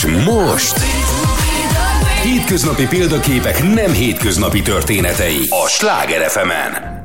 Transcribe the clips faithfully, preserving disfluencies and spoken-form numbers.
És most hétköznapi példaképek nem hétköznapi történetei a Sláger ef emen.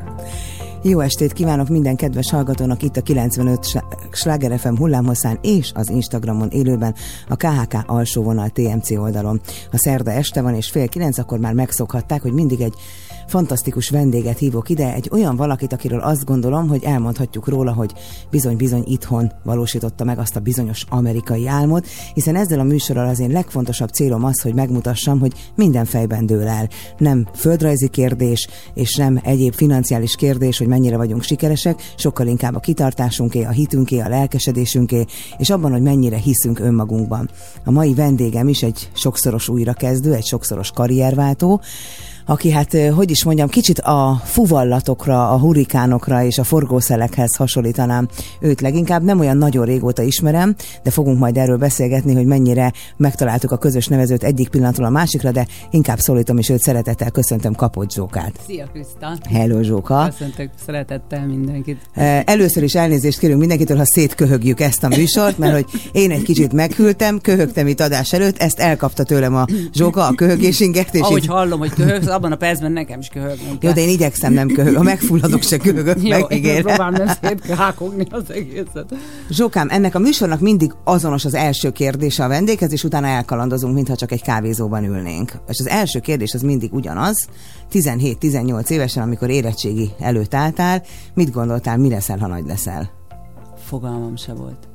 Jó estét kívánok minden kedves hallgatónak itt a kilencvenöt Sláger ef em hullámhosszán és az Instagramon élőben a ká há ká alsó vonal té em cé oldalon. Ha szerda este van és fél kilenc, akkor már megszokhatták, hogy mindig egy fantasztikus vendéget hívok ide, egy olyan valakit, akiről azt gondolom, hogy elmondhatjuk róla, hogy bizony-bizony itthon valósította meg azt a bizonyos amerikai álmot, hiszen ezzel a műsorral az én legfontosabb célom az, hogy megmutassam, hogy minden fejben dől el. Nem földrajzi kérdés, és nem egyéb financiális kérdés, hogy mennyire vagyunk sikeresek, sokkal inkább a kitartásunké, a hitünké, a lelkesedésünké, és abban, hogy mennyire hiszünk önmagunkban. A mai vendégem is egy sokszoros újrakezdő, egy sokszoros karrierváltó, aki hát, hogy is mondjam, kicsit a fuvallatokra, a hurrikánokra és a forgószelekhez hasonlítanám őt leginkább. Nem olyan nagyon régóta ismerem, de fogunk majd erről beszélgetni, hogy mennyire megtaláltuk a közös nevezőt egyik pillanatról a másikra, de inkább szólítom is őt, szeretettel köszöntöm Kapocs Zsókát. Szia, Kriszta! Hello, Zsóka! Köszöntök szeretettel mindenkit. Először is elnézést kérünk mindenkitől, ha szétköhögjük ezt a műsort, mert hogy én egy kicsit meghűltem, köhögtem itt adás előtt, ezt elkapta tőlem a Zsóka, a köhögésinget. És ahogy így... hallom, hogy köhögsz, abban a percben nekem is köhögnem. Jó, de én igyekszem nem köhög. Ha megfulladok, se köhögök, megígérem. Próbálom nem széthákogni az egészet. Zsókám, ennek a műsornak mindig azonos az első kérdése a vendéghez, és utána elkalandozunk, mintha csak egy kávézóban ülnénk. És az első kérdés az mindig ugyanaz. tizenhét-tizennyolc évesen, amikor érettségi előtt álltál, mit gondoltál, mi leszel, ha nagy leszel? Fogalmam sem volt.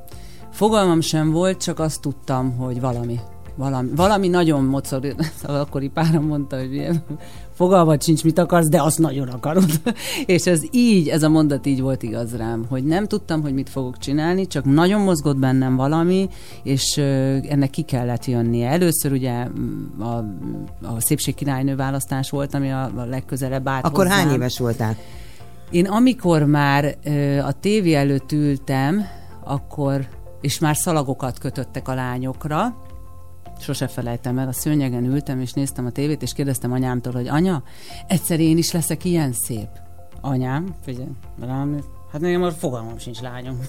Fogalmam sem volt, csak azt tudtam, hogy valami. Valami, valami nagyon mocor, szóval akkori párom mondta, hogy fogalmat sincs, mit akarsz, de azt nagyon akarod. És ez így, ez a mondat így volt igaz rám, hogy nem tudtam, hogy mit fogok csinálni, csak nagyon mozgott bennem valami, és ennek ki kellett jönnie. Először ugye a, a szépségkirálynő választás volt, ami a, a legközelebb állt Akkor hozzám. Hány éves voltál? Én amikor már a tévé előtt ültem, akkor, és már szalagokat kötöttek a lányokra, sose felejtem el, a szőnyegen ültem, és néztem a tévét, és kérdeztem anyámtól, hogy anya, egyszer én is leszek ilyen szép. Anyám, figyelj, rám, hát nekem már fogalmam sincs, lányom.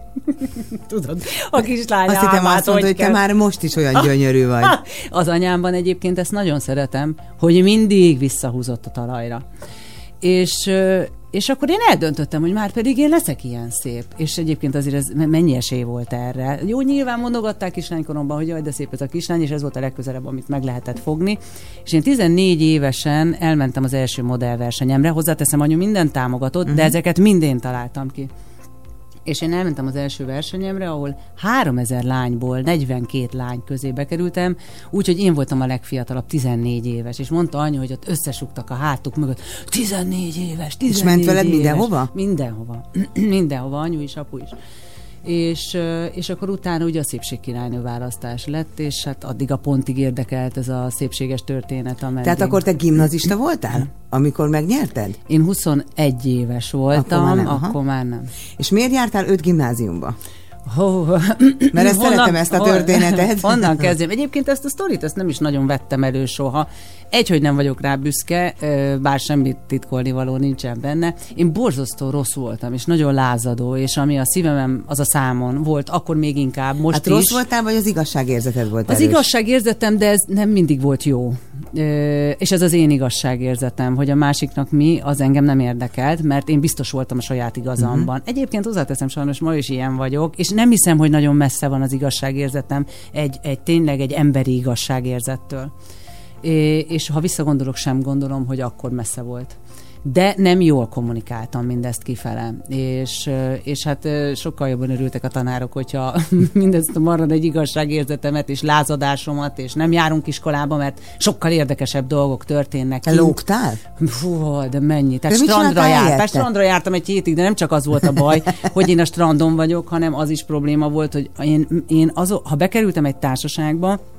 Tudod, a kislány Azt hittem azt mondta, hogy kell. Te már most is olyan gyönyörű vagy. Az anyámban egyébként ezt nagyon szeretem, hogy mindig visszahúzott a talajra. És... És akkor én eldöntöttem, hogy már pedig én leszek ilyen szép. És egyébként azért ez mennyi esély volt erre. Jó, nyilván mondogatták kislánykoromban, hogy jaj, de szép ez a kislány, és ez volt a legközelebb, amit meg lehetett fogni. És én tizennégy évesen elmentem az első modellversenyemre, hozzáteszem, anyu mindent támogatott, uh-huh. de ezeket mindén találtam ki. És én elmentem az első versenyemre, ahol háromezer lányból negyvenkét lány közé bekerültem, úgyhogy én voltam a legfiatalabb, tizennégy éves, és mondta anyu, hogy ott összesugtak a hátuk mögött, tizennégy éves, tizennégy És ment veled éves. mindenhova? Mindenhova. Mindenhova, anyu is, apu is. És, és akkor utána ugye a szépségkirálynő választás lett, és hát addig a pontig érdekelt ez a szépséges történet. Ameddig... Tehát akkor te gimnazista voltál, amikor megnyerted? Én huszonegy éves voltam, akkor már nem. Akkor már nem. És miért jártál öt gimnáziumba? Oh, Mert ezt honnan, szeretem ezt a történetet. Honnan kezdjem? Egyébként ezt a sztorit ezt nem is nagyon vettem elő soha. Egy, hogy nem vagyok rá büszke, bár semmit titkolnivaló nincsen benne. Én borzasztó rossz voltam, és nagyon lázadó, és ami a szívemem, az a számon volt, akkor még inkább, most hát is. rossz voltál, vagy az igazságérzeted volt Az erős? igazságérzetem, de ez nem mindig volt jó. És ez az én igazságérzetem, hogy a másiknak mi, az engem nem érdekelt, mert én biztos voltam a saját igazamban. Uh-huh. Egyébként hozzáteszem, sajnos ma is ilyen vagyok, és nem hiszem, hogy nagyon messze van az igazságérzetem egy, egy tényleg egy emberi igazságérzettől. És ha visszagondolok, sem gondolom, hogy akkor messze volt. De nem jól kommunikáltam mindezt kifele. És, és hát sokkal jobban örültek a tanárok, hogyha mindezt marad egy igazságérzetemet és lázadásomat, és nem járunk iskolába, mert sokkal érdekesebb dolgok történnek. Te lógtál? Fú, de mennyi. Tehát de strandra jártam. Hát strandra jártam egy hétig, de nem csak az volt a baj, hogy én a strandon vagyok, hanem az is probléma volt, hogy én, én azok, ha bekerültem egy társaságba,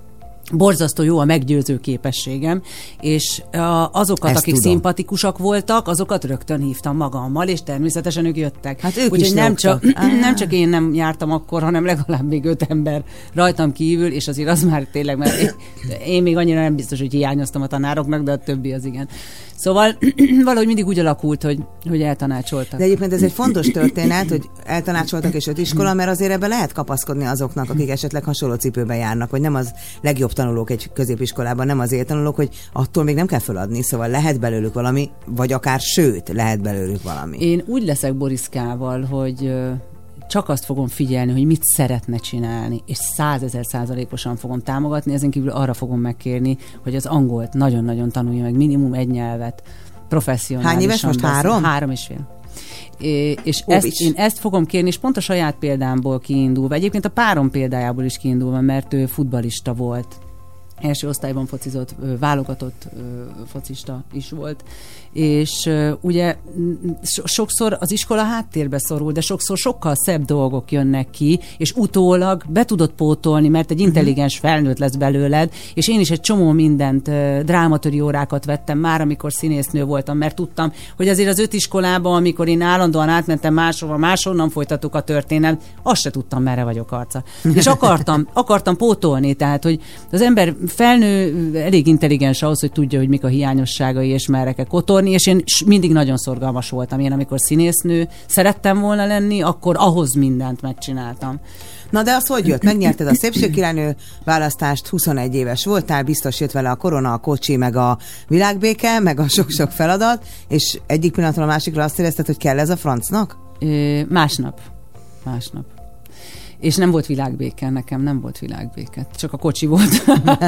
borzasztó jó a meggyőző képességem, és azokat, Ezt akik tudom. szimpatikusak voltak, azokat rögtön hívtam magammal, és természetesen ők jöttek. Hát ők Úgyhogy is nem csak, nem csak én nem jártam akkor, hanem legalább még öt ember rajtam kívül, és azért az már tényleg, mert én, én még annyira nem biztos, hogy hiányoztam a tanároknak, de a többi az igen. Szóval valahogy mindig úgy alakult, hogy, hogy eltanácsoltak. De egyébként ez egy fontos történet, hogy eltanácsoltak és öt iskola, mert azért ebben lehet kapaszkodni azoknak, akik esetleg hasonló cipőben járnak, hogy nem az legjobb tanulók egy középiskolában, nem azért tanulók, hogy attól még nem kell feladni, szóval lehet belőlük valami, vagy akár sőt, lehet belőlük valami. Én úgy leszek Boriszkával, hogy csak azt fogom figyelni, hogy mit szeretne csinálni, és százezer százalékosan fogom támogatni, ezen kívül arra fogom megkérni, hogy az angolt nagyon-nagyon tanulja meg, minimum egy nyelvet, professzionálisan. Hány éves most? Beszél. Három? Három és fél. É, és ezt, én ezt fogom kérni, és pont a saját példámból kiindulva, egyébként a párom példájából is kiindulva, mert ő futballista volt. Első osztályban focizott, válogatott focista is volt, és ugye sokszor az iskola háttérbe szorul, de sokszor sokkal szebb dolgok jönnek ki, és utólag be tudod pótolni, mert egy intelligens felnőtt lesz belőled, és én is egy csomó mindent, drámatöri órákat vettem már, amikor színésznő voltam, mert tudtam, hogy azért az öt iskolában, amikor én állandóan átmentem máshova, máshonnan folytattuk a történet, azt se tudtam, merre vagyok arca. És akartam, akartam pótolni, tehát, hogy az ember felnő elég intelligens ahhoz, hogy tudja, hogy mik a hiányosságai, és merre kell kotorni, és én mindig nagyon szorgalmas voltam. Én amikor színésznő szerettem volna lenni, akkor ahhoz mindent megcsináltam. Na de az hogy jött? Megnyerted a szépségkirálynő választást, huszonegy éves voltál, biztos jött vele a korona, a kocsi, meg a világbéke, meg a sok-sok feladat, és egyik pillanatról a másikra azt érezted, hogy kell ez a francnak? Ö, másnap. Másnap. És nem volt világbéke, nekem nem volt világbéke. Csak a kocsi volt.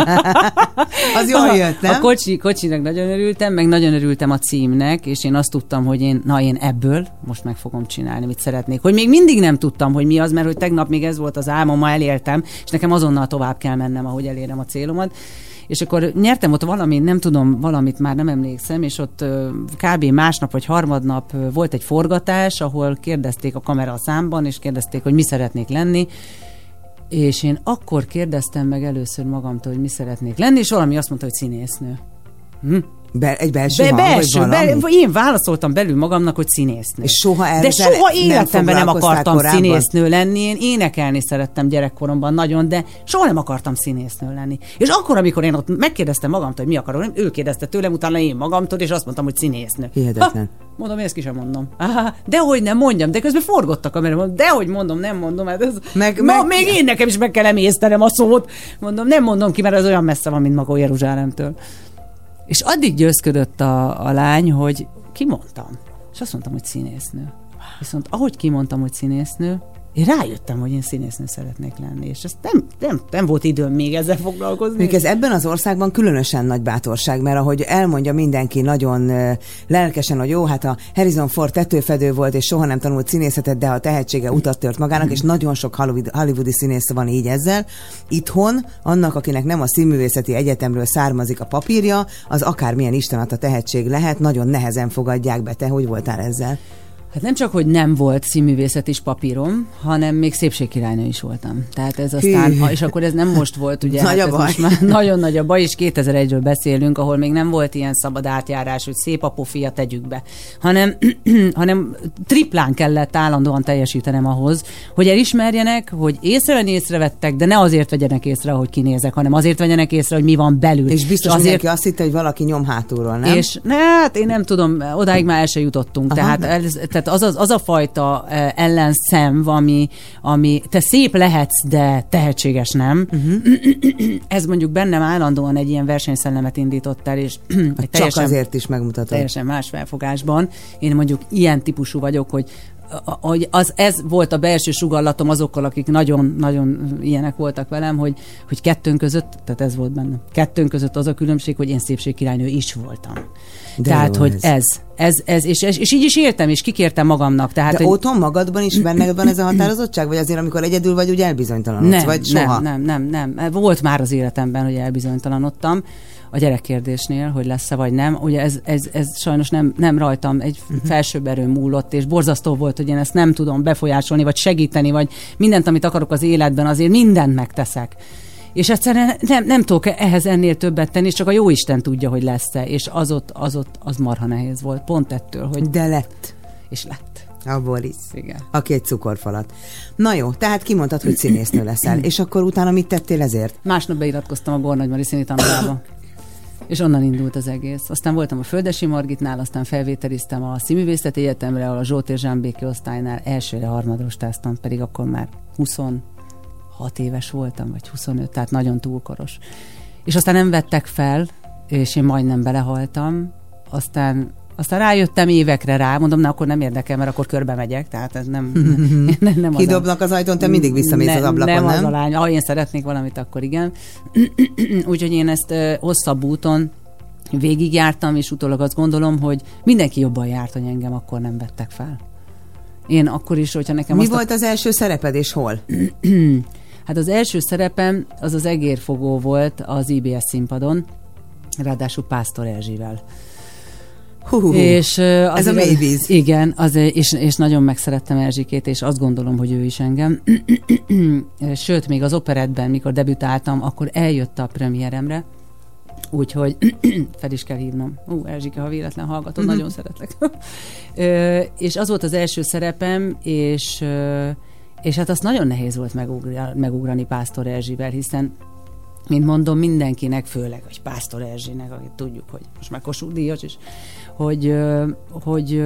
Az jól jött, nem? A kocsi, kocsinak nagyon örültem, meg nagyon örültem a címnek, és én azt tudtam, hogy én, na én ebből most meg fogom csinálni, mit szeretnék. Hogy még mindig nem tudtam, hogy mi az, mert hogy tegnap még ez volt az álmom, ma elértem, és nekem azonnal tovább kell mennem, ahogy elérem a célomat. És akkor nyertem ott valamit, nem tudom, valamit már nem emlékszem, és ott kb. Másnap vagy harmadnap volt egy forgatás, ahol kérdezték a kamera a számban, és kérdezték, hogy mi szeretnék lenni, és én akkor kérdeztem meg először magamtól, hogy mi szeretnék lenni, és valami azt mondta, hogy színésznő. Hm? Be, egy belső be, hang, belső, vagy valami? Be, én válaszoltam belül magamnak, hogy színésznő. És soha de soha életemben nem, nem akartam korábban? Színésznő lenni. Én énekelni szerettem gyerekkoromban nagyon, de soha nem akartam színésznő lenni. És akkor, amikor én ott megkérdeztem magamtól, hogy mi akarom, nem, ő kérdezte tőlem, utána én magamtól, és azt mondtam, hogy színésznő. Hihetetlen. Ha, mondom, ezt ki sem mondom. Aha, dehogy nem mondjam, de közben forgott a kamera, dehogy mondom, nem mondom. Hát ez, meg, ma, meg... még én nekem is meg kell emésztenem a szót. Mondom, nem mondom ki, mert az olyan messze van, mint Makó Jeruzsálemtől. És addig győzködött a, a lány, hogy kimondtam. És azt mondtam, hogy színésznő. Viszont ahogy kimondtam, hogy színésznő, én rájöttem, hogy én színésznő szeretnék lenni, és ezt nem, nem, nem volt időm még ezzel foglalkozni. Még ez ebben az országban különösen nagy bátorság, mert ahogy elmondja mindenki nagyon lelkesen, hogy jó, hát a Harrison Ford tetőfedő volt, és soha nem tanult színészetet, de a tehetsége utat tört magának, és nagyon sok hollywoodi színész van így ezzel. Itthon annak, akinek nem a Színművészeti Egyetemről származik a papírja, az akármilyen istenadta tehetség lehet, nagyon nehezen fogadják be. Te hogy voltál ezzel? Hát nem csak, hogy nem volt színművészet is papírom, hanem még szépségkirálynő is voltam. Tehát ez aztán, ha, és akkor ez nem most volt, ugye. Nagy hát a baj. Most már nagyon nagy a baj, és kétezer-egyről beszélünk, ahol még nem volt ilyen szabad átjárás, hogy szép apufia tegyük be, hanem, hanem triplán kellett állandóan teljesítenem ahhoz, hogy elismerjenek, hogy észrevenni észrevettek, de ne azért vegyenek észre, hogy kinézek, hanem azért vegyenek észre, hogy mi van belül. És biztos azért... mindenki azt hitte, hogy valaki nyom hátulról, nem? És ne, hát én nem tudom, odáig már el se jutottunk. Aha, tehát, ez, tehát az, az, az a fajta ellenszem, ami, ami te szép lehetsz, de tehetséges nem. Uh-huh. Ez mondjuk bennem állandóan egy ilyen versenyszellemet indított el, és csak teljesen, azért is megmutatod. Teljesen más felfogásban. Én mondjuk ilyen típusú vagyok, hogy az, ez volt a belső sugallatom azokkal, akik nagyon-nagyon ilyenek voltak velem, hogy, hogy kettőnk között, tehát ez volt bennem, kettőnk között az a különbség, hogy én szépségkirálynő is voltam. De tehát, hogy ez, ez, ez és, és így is éltem, és kikértem magamnak. Tehát, de hogy... otthon magadban is benned van ez a határozottság? Vagy azért, amikor egyedül vagy, úgy elbizonytalanodsz? Nem, vagy soha? nem, nem, nem, nem. Volt már az életemben, hogy elbizonytalanodtam a gyerekkérdésnél, hogy lesz-e vagy nem. Ugye ez, ez, ez sajnos nem, nem rajtam egy uh-huh. felsőbb erő múlott, és borzasztó volt, hogy én ezt nem tudom befolyásolni, vagy segíteni, vagy mindent, amit akarok az életben, azért mindent megteszek. És egyszerűen nem, nem tudok ehhez ennél többet tenni, és csak a jóisten tudja, hogy lesz-e, és az ott, az ott, az marha nehéz volt, pont ettől, hogy... De lett. És lett. A Boris. Igen. Aki egy cukorfalat. Na jó, tehát kimondtad, hogy színésznő leszel, és akkor utána mit tettél ezért? Másnap beiratkoztam a Bornagy Színi Tanodába. És onnan indult az egész. Aztán voltam a Földesi Margitnál, aztán felvételiztem a Színművészeti Egyetemre, ahol a Zsolt és Zsámbéki osztálynál elsőre harmadrostáztam, pedig akkor már huszonhat éves voltam, vagy huszonöt, tehát nagyon túlkoros. És aztán nem vettek fel, és én majdnem belehaltam. Aztán Aztán rájöttem évekre rá, mondom, na akkor nem érdekel, mert akkor körbe megyek, tehát ez nem... nem, nem Kidobnak az ajtón, te mindig visszamész ne, az ablakon, nem? Nem az a lány, ha én szeretnék valamit, akkor igen. Úgyhogy én ezt uh, hosszabb úton végigjártam, és utólag azt gondolom, hogy mindenki jobban járt, hogy engem akkor nem vettek fel. Én akkor is, hogyha nekem... Mi azt volt a... az első szereped, és hol? Hát az első szerepem az az Egérfogó volt az i bé es színpadon, ráadásul Pásztor Erzsivel. Hú, és, uh, ez a mély víz. Igen, az, és, és nagyon megszerettem Erzsikét, és azt gondolom, hogy ő is engem. Sőt, még az operettben, mikor debütáltam, akkor eljött a premieremre, úgyhogy fel is kell hívnom. Ú, Erzsike, ha véletlen hallgatod, uh-huh. nagyon szeretlek. És az volt az első szerepem, és, és hát azt nagyon nehéz volt megugrani, megugrani Pásztor Erzsivel, hiszen mint mondom, mindenkinek, főleg, hogy Pásztor Erzsinek, akit tudjuk, hogy most már Kossuth Díjas is, hogy, hogy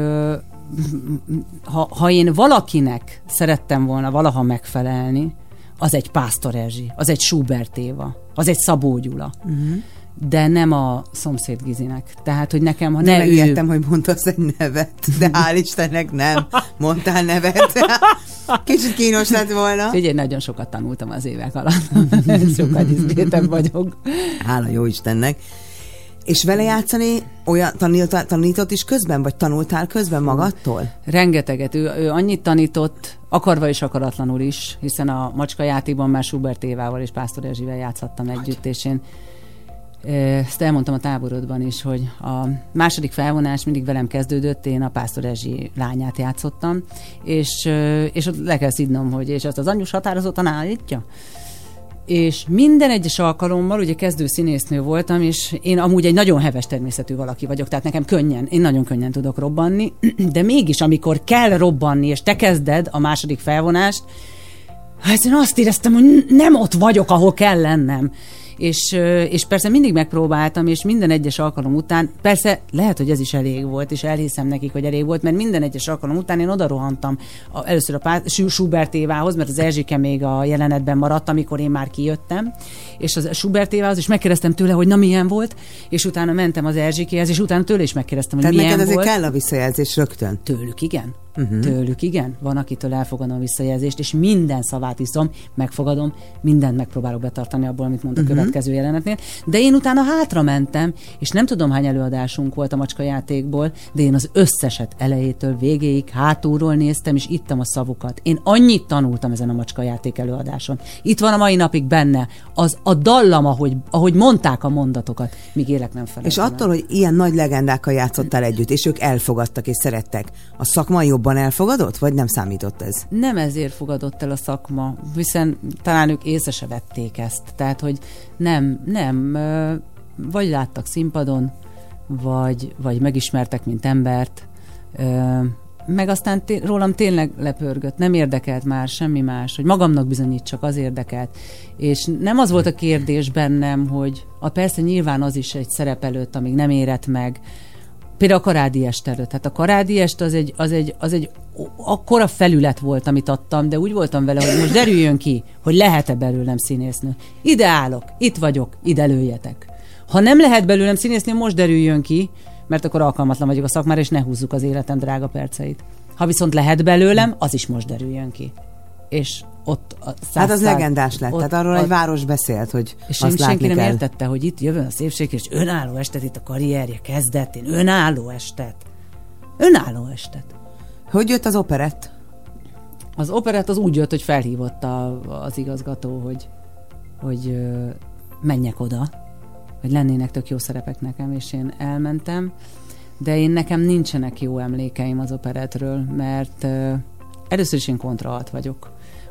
ha, ha én valakinek szerettem volna valaha megfelelni, az egy Pásztor Erzsi, az egy Schubert Éva, az egy Szabó Gyula. Uh-huh. De nem a szomszéd Gizinek. Tehát, hogy nekem, ha de ne megértem, ő... hogy mondtasz egy nevet, de hál' Istennek nem mondtál nevet. Kicsit kínos lett volna. Figyelj, nagyon sokat tanultam az évek alatt. Sokat diszkrétebb vagyok. Hála jó Istennek. És vele játszani olyan tanított, tanított is közben, vagy tanultál közben magadtól? Rengeteget. Ő, ő annyit tanított, akarva és akaratlanul is, hiszen a Macska játékban már Schubert Évával és Pásztor Erzsivel játszhattam Nagy. együtt, és én ezt elmondtam a táborodban is, hogy a második felvonás mindig velem kezdődött, én a Pásztor Erzsi lányát játszottam, és, és ott le kell szidnom, hogy és ezt az anyus határozottan állítja. És minden egyes alkalommal, ugye kezdő színésznő voltam, és én amúgy egy nagyon heves természetű valaki vagyok, tehát nekem könnyen, én nagyon könnyen tudok robbanni, de mégis, amikor kell robbanni, és te kezded a második felvonást, hát én azt éreztem, hogy nem ott vagyok, ahol kell lennem. És, és persze mindig megpróbáltam, és minden egyes alkalom után, persze lehet, hogy ez is elég volt, és elhiszem nekik, hogy elég volt, mert minden egyes alkalom után én oda rohantam a, először a Pá- Schubert Évához, mert az Erzsike még a jelenetben maradt, amikor én már kijöttem, és az Schubert Évához, és megkérdeztem tőle, hogy na milyen volt, és utána mentem az Erzsikéhez, és utána tőle is megkérdeztem, hogy tehát milyen volt. Tehát neked volt. azért kell a visszajelzés rögtön? Tőlük igen. Uh-huh. Tőlük igen. Van, akitől elfogadom a visszajelzést, és minden szavát iszom, megfogadom, mindent megpróbálok betartani abból, amit mond a uh-huh. következő jelenetnél. De én utána hátra mentem, és nem tudom, hány előadásunk volt a Macska játékból, de én az összeset elejétől végéig hátulról néztem, és ittam a szavukat. Én annyit tanultam ezen a Macska játék előadáson. Itt van a mai napig benne az a dallam, ahogy, ahogy mondták a mondatokat, míg élek nem felejtem. És attól, hogy ilyen nagy legendákkal játszottál együtt, és ők elfogadtak és szerettek, a szakma jobban elfogadott, vagy nem számított ez? Nem ezért fogadott el a szakma, hiszen talán ők észre se vették ezt. Tehát, hogy nem, nem, vagy láttak színpadon, vagy, vagy megismertek, mint embert, meg aztán té- rólam tényleg lepörgött, nem érdekelt már semmi más, hogy magamnak bizonyítsak, az érdekelt. És nem az volt a kérdés bennem, hogy a persze nyilván az is egy szerep előtt, amíg nem érett meg, például a Karádi Est előtt. Hát a Karádi Est az egy, az egy, az egy akkora felület volt, amit adtam, de úgy voltam vele, hogy most derüljön ki, hogy lehet-e belőlem színésznő. Ide állok, itt vagyok, ide lőjetek. Ha nem lehet belőlem színésznő, most derüljön ki, mert akkor alkalmatlan vagyok a szakmára, és ne húzzuk az életem drága perceit. Ha viszont lehet belőlem, az is most derüljön ki. És ott a száz, hát az legendás lett, ott, tehát arról a, egy város beszélt, hogy és azt senki nem kell. értette, hogy itt jövő a szépség, és önálló estet, itt a karrierje kezdett, én önálló estet. Önálló estet. Hogy jött az operett? Az operett az úgy jött, hogy felhívott a, az igazgató, hogy, hogy ö, menjek oda, hogy lennének tök jó szerepek nekem, és én elmentem, de én nekem nincsenek jó emlékeim az operettről, mert ö, először is én kontraalt vagyok.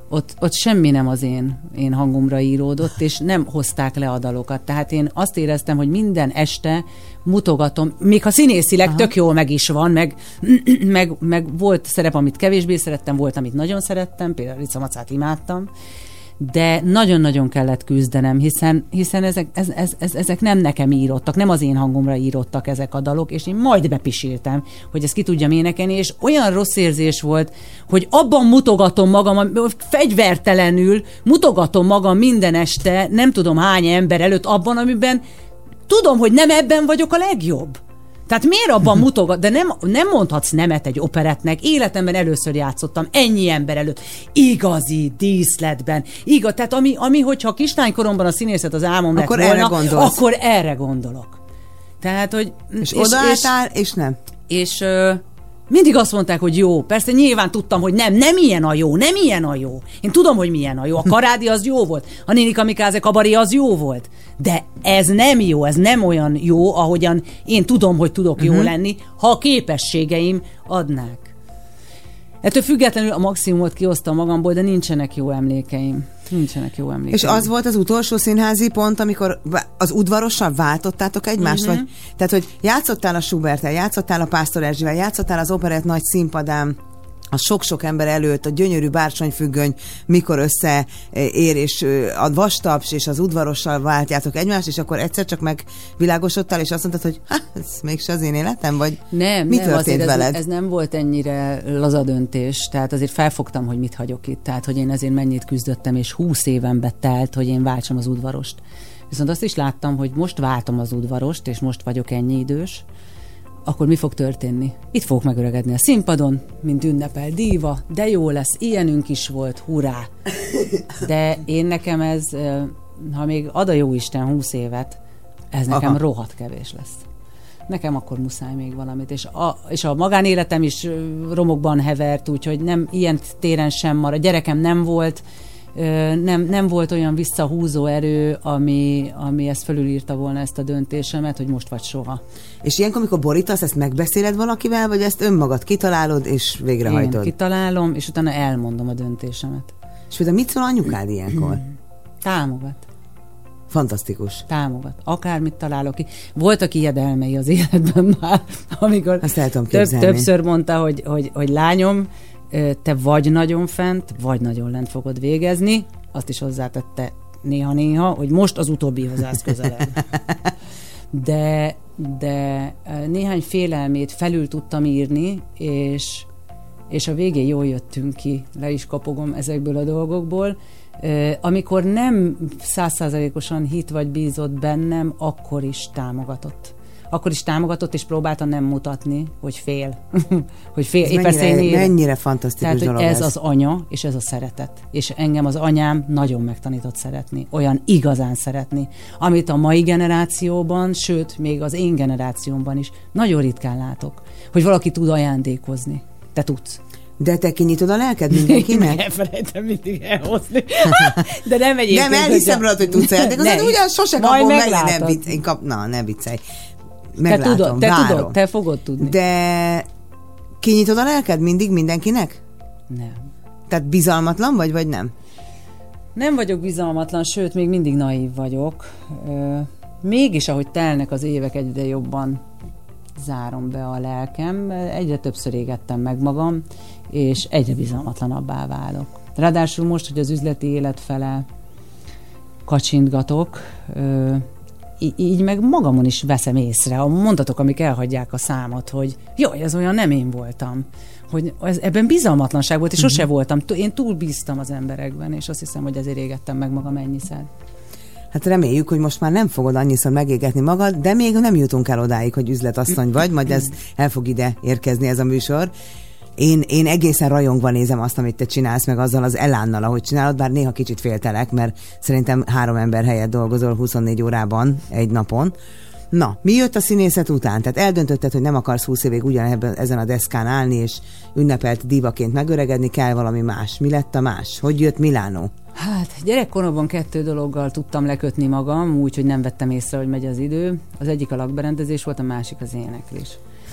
ott, ott semmi nem az én, én hangomra íródott, és nem hozták le a dalokat. Tehát én azt éreztem, hogy minden este mutogatom, még ha színészileg Aha. tök jól meg is van, meg, meg, meg volt szerep, amit kevésbé szerettem, volt, amit nagyon szerettem, például Rica Macát imádtam, de nagyon-nagyon kellett küzdenem, hiszen, hiszen ezek, ez, ez, ez, ezek nem nekem írottak, nem az én hangomra írottak ezek a dalok, és én majd bepisíltem, hogy ezt ki tudjam énekelni, és olyan rossz érzés volt, hogy abban mutogatom magam, fegyvertelenül mutogatom magam minden este, nem tudom hány ember előtt abban, amiben tudom, hogy nem ebben vagyok a legjobb. Tehát miért abban mutogat, de nem, nem mondhatsz nemet egy operettnek. Életemben először játszottam ennyi ember előtt. Igazi díszletben. Igaz, tehát ami, ami hogyha kislánykoromban a színészet az álmom lett akkor volna, erre akkor erre gondolok. Tehát, hogy... És, és odaálltál, és, és nem? És... Ö, mindig azt mondták, hogy jó. Persze nyilván tudtam, hogy nem, nem ilyen a jó, nem ilyen a jó. Én tudom, hogy milyen a jó. A Karádi az jó volt. A Néni Kamikáze Kabaré az jó volt. De ez nem jó, ez nem olyan jó, ahogyan én tudom, hogy tudok uh-huh. jó lenni, ha a képességeim adnák. Ettől függetlenül a maximumot kihoztam magamból, de nincsenek jó emlékeim. Nincsenek jó emlékeim. És az volt az utolsó színházi pont, amikor az udvarossal váltottátok egymást? Uh-huh. Vagy, tehát, hogy játszottál a Schuberttel, játszottál a Pásztor Erzsivel, játszottál az operett nagy színpadán, a sok-sok ember előtt, a gyönyörű bársonyfüggöny, mikor összeér, és a vastaps és az udvarossal váltjátok egymást, és akkor egyszer csak megvilágosodtál, és azt mondtad, hogy hát, ez mégse az én életem, vagy nem, mi nem, történt veled? Ez, ez nem volt ennyire laza döntés, tehát azért felfogtam, hogy mit hagyok itt, tehát hogy én ezért mennyit küzdöttem, és húsz évenbe telt, hogy én váltsam az udvarost. Viszont azt is láttam, hogy most váltom az udvarost, és most vagyok ennyi idős, akkor mi fog történni? Itt fogok megöregedni a színpadon, mint ünnepel díva, de jó lesz, ilyenünk is volt, hurrá! De én nekem ez, ha még ad a jóisten húsz évet, ez nekem Aha. rohadt kevés lesz. Nekem akkor muszáj még valamit, és a, és a magánéletem is romokban hevert, úgyhogy nem ilyen téren sem marad. Gyerekem nem volt, Nem, nem volt olyan visszahúzó erő, ami, ami ezt fölülírta volna ezt a döntésemet, hogy most vagy soha. És ilyenkor, amikor borítasz, ezt megbeszéled valakivel, vagy ezt önmagad kitalálod, és végrehajtod? Én kitalálom, és utána elmondom a döntésemet. És például mit szól anyukád ilyenkor? Támogat. Fantasztikus. Támogat. Akármit találok ki. Voltak ijedelmei az életben már, amikor több, többször mondta, hogy, hogy, hogy lányom, te vagy nagyon fent, vagy nagyon lent fogod végezni. Azt is hozzátette néha-néha, hogy most az utóbbihoz állsz közelebb. De, de néhány félelmét felül tudtam írni, és, és a végén jól jöttünk ki, le is kapogom ezekből a dolgokból. Amikor nem százszázalékosan hit vagy bízott bennem, akkor is támogatott. Akkor is támogatott, és próbálta nem mutatni, hogy fél. hogy fél. Ez mennyire, mennyire fantasztikus Tehát, dolog ez. ez. az anya, és ez a szeretet. És engem az anyám nagyon megtanított szeretni. Olyan igazán szeretni. Amit a mai generációban, sőt, még az én generációmban is nagyon ritkán látok. Hogy valaki tud ajándékozni. Te tudsz. De te kinyitod a lelked mindenkinek? Elfelejtem mindig elhozni. De nem egyébként. Nem, elhiszem rólad, hogy tudsz ajándékozni. Ugyan sose kapom meg, nem viccelj. Kap... Na, ne viccelj. Meglátom, te tudod, te várom. tudod, te fogod tudni. De kinyitod a lelked mindig mindenkinek? Nem. Tehát bizalmatlan vagy, vagy nem? Nem vagyok bizalmatlan, sőt, még mindig naív vagyok. Mégis, ahogy telnek az évek, egyre jobban zárom be a lelkem, egyre többször égettem meg magam, és egyre bizalmatlanabbá válok. Ráadásul most, hogy az üzleti élet fele kacsintgatok, így meg magamon is veszem észre, a mondatok, amik elhagyják a számot, hogy jaj, ez olyan nem én voltam. Hogy ez, ebben bizalmatlanság volt, és sose uh-huh. voltam. Én túl bíztam az emberekben, és azt hiszem, hogy ezért égettem meg magam ennyiszer. Hát reméljük, hogy most már nem fogod annyiszor megégetni magad, de még nem jutunk el odáig, hogy üzletasszony vagy, majd ez el fog ide érkezni ez a műsor. Én, én egészen rajongva nézem azt, amit te csinálsz, meg azzal az elánnal, ahogy csinálod, bár néha kicsit féltelek, mert szerintem három ember helyett dolgozol huszonnégy órában egy napon. Na, mi jött a színészet után? Tehát eldöntötted, hogy nem akarsz húsz évig ugyanebben ezen a deszkán állni, és ünnepelt dívaként megöregedni, kell valami más. Mi lett a más? Hogy jött Milánó? Hát gyerekkoromban kettő dologgal tudtam lekötni magam, úgy, hogy nem vettem észre, hogy megy az idő. Az egyik a lakberendezés volt, a másik az éneklés.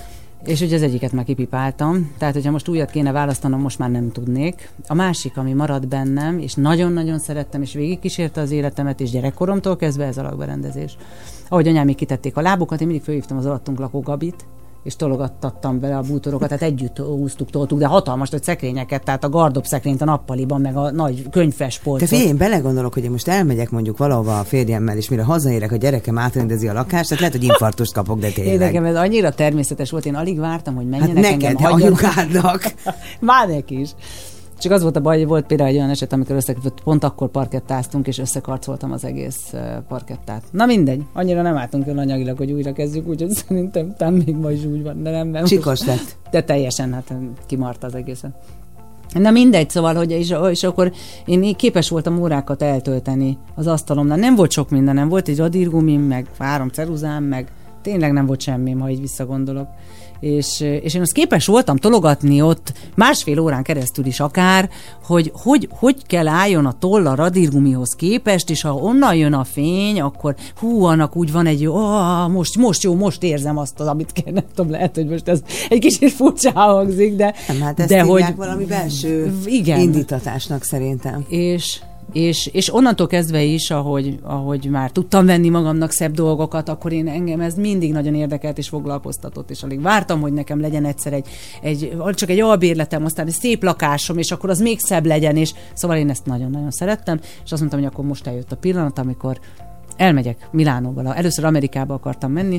És ugye az egyiket már kipipáltam, tehát hogyha most újat kéne választanom, most már nem tudnék. A másik, ami maradt bennem, és nagyon-nagyon szerettem, és végigkísérte az életemet, és gyerekkoromtól kezdve ez a lakberendezés. Ahogy anyám még kitették a lábukat, én mindig fölhívtam az alattunk lakó Gabit, és tologattattam bele a bútorokat, tehát együtt húztuk, toltuk, de hatalmas nagy szekrényeket, tehát a gardob szekrényt a nappaliban, meg a nagy könyves polcot. Te figyelj, én belegondolok, hogy én most elmegyek mondjuk valahova a férjemmel, és mire hazaérek, a gyerekem átrendezi a lakást, tehát lehet, hogy infarktust kapok, de tényleg. Nekem ez annyira természetes volt, én alig vártam, hogy menjenek, hát neked, engem anyukádnak. Már neki is. Csak az volt a baj, hogy volt például egy olyan eset, amikor összekötött, pont akkor parkettáztunk, és összekarcoltam az egész parkettát. Na mindegy, annyira nem álltunk jól anyagilag, hogy újra kezdjük, úgyhogy szerintem talán még ma is úgy van, de nem. nem Csikos lett. De teljesen, hát kimarta az egészen. Na mindegy, szóval, hogy és, és akkor én képes voltam órákat eltölteni az asztalomnál. Nem volt sok mindenem, volt egy radírgumim, meg három ceruzám, meg tényleg nem volt semmi, ha így visszagondolok. És, és én azt képes voltam tologatni ott másfél órán keresztül is akár, hogy hogy, hogy kell álljon a toll a radírgumihoz képest, és ha onnan jön a fény, akkor hú, annak úgy van egy jó, oh, most, most jó, most érzem azt, az, amit kell, nem tudom, lehet, hogy most ez egy kicsit furcsa hangzik, de... Nem, hát ezt de hogy, valami belső igen, indítatásnak szerintem. És... És, és onnantól kezdve is, ahogy, ahogy már tudtam venni magamnak szebb dolgokat, akkor én engem ez mindig nagyon érdekelt és foglalkoztatott, és alig vártam, hogy nekem legyen egyszer egy, egy csak egy albérletem, aztán egy szép lakásom, és akkor az még szebb legyen, és szóval én ezt nagyon-nagyon szerettem, és azt mondtam, hogy akkor most eljött a pillanat, amikor elmegyek Milánóba. Először Amerikába akartam menni,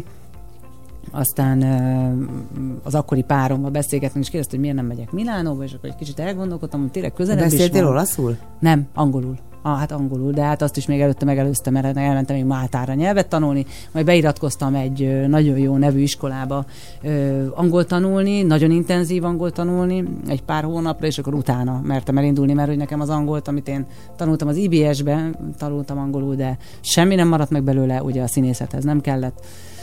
aztán az akkori párommal beszélgetünk, és kérdezte, hogy miért nem megyek Milánóba, és akkor egy kicsit elgondolkodtam, hogy tényleg közelebb is van. Beszéltél olaszul? Nem, angolul. Ah, hát angolul, de hát azt is még előtte megelőztem, mert elmentem még Máltára nyelvet tanulni, majd beiratkoztam egy nagyon jó nevű iskolába angol tanulni, nagyon intenzív angol tanulni, egy pár hónapra, és akkor utána mertem elindulni, mert hogy nekem az angolt, amit én tanultam az i bé es-be, tanultam angolul, de semmi nem maradt meg belőle, ugye a színészethez nem kellett.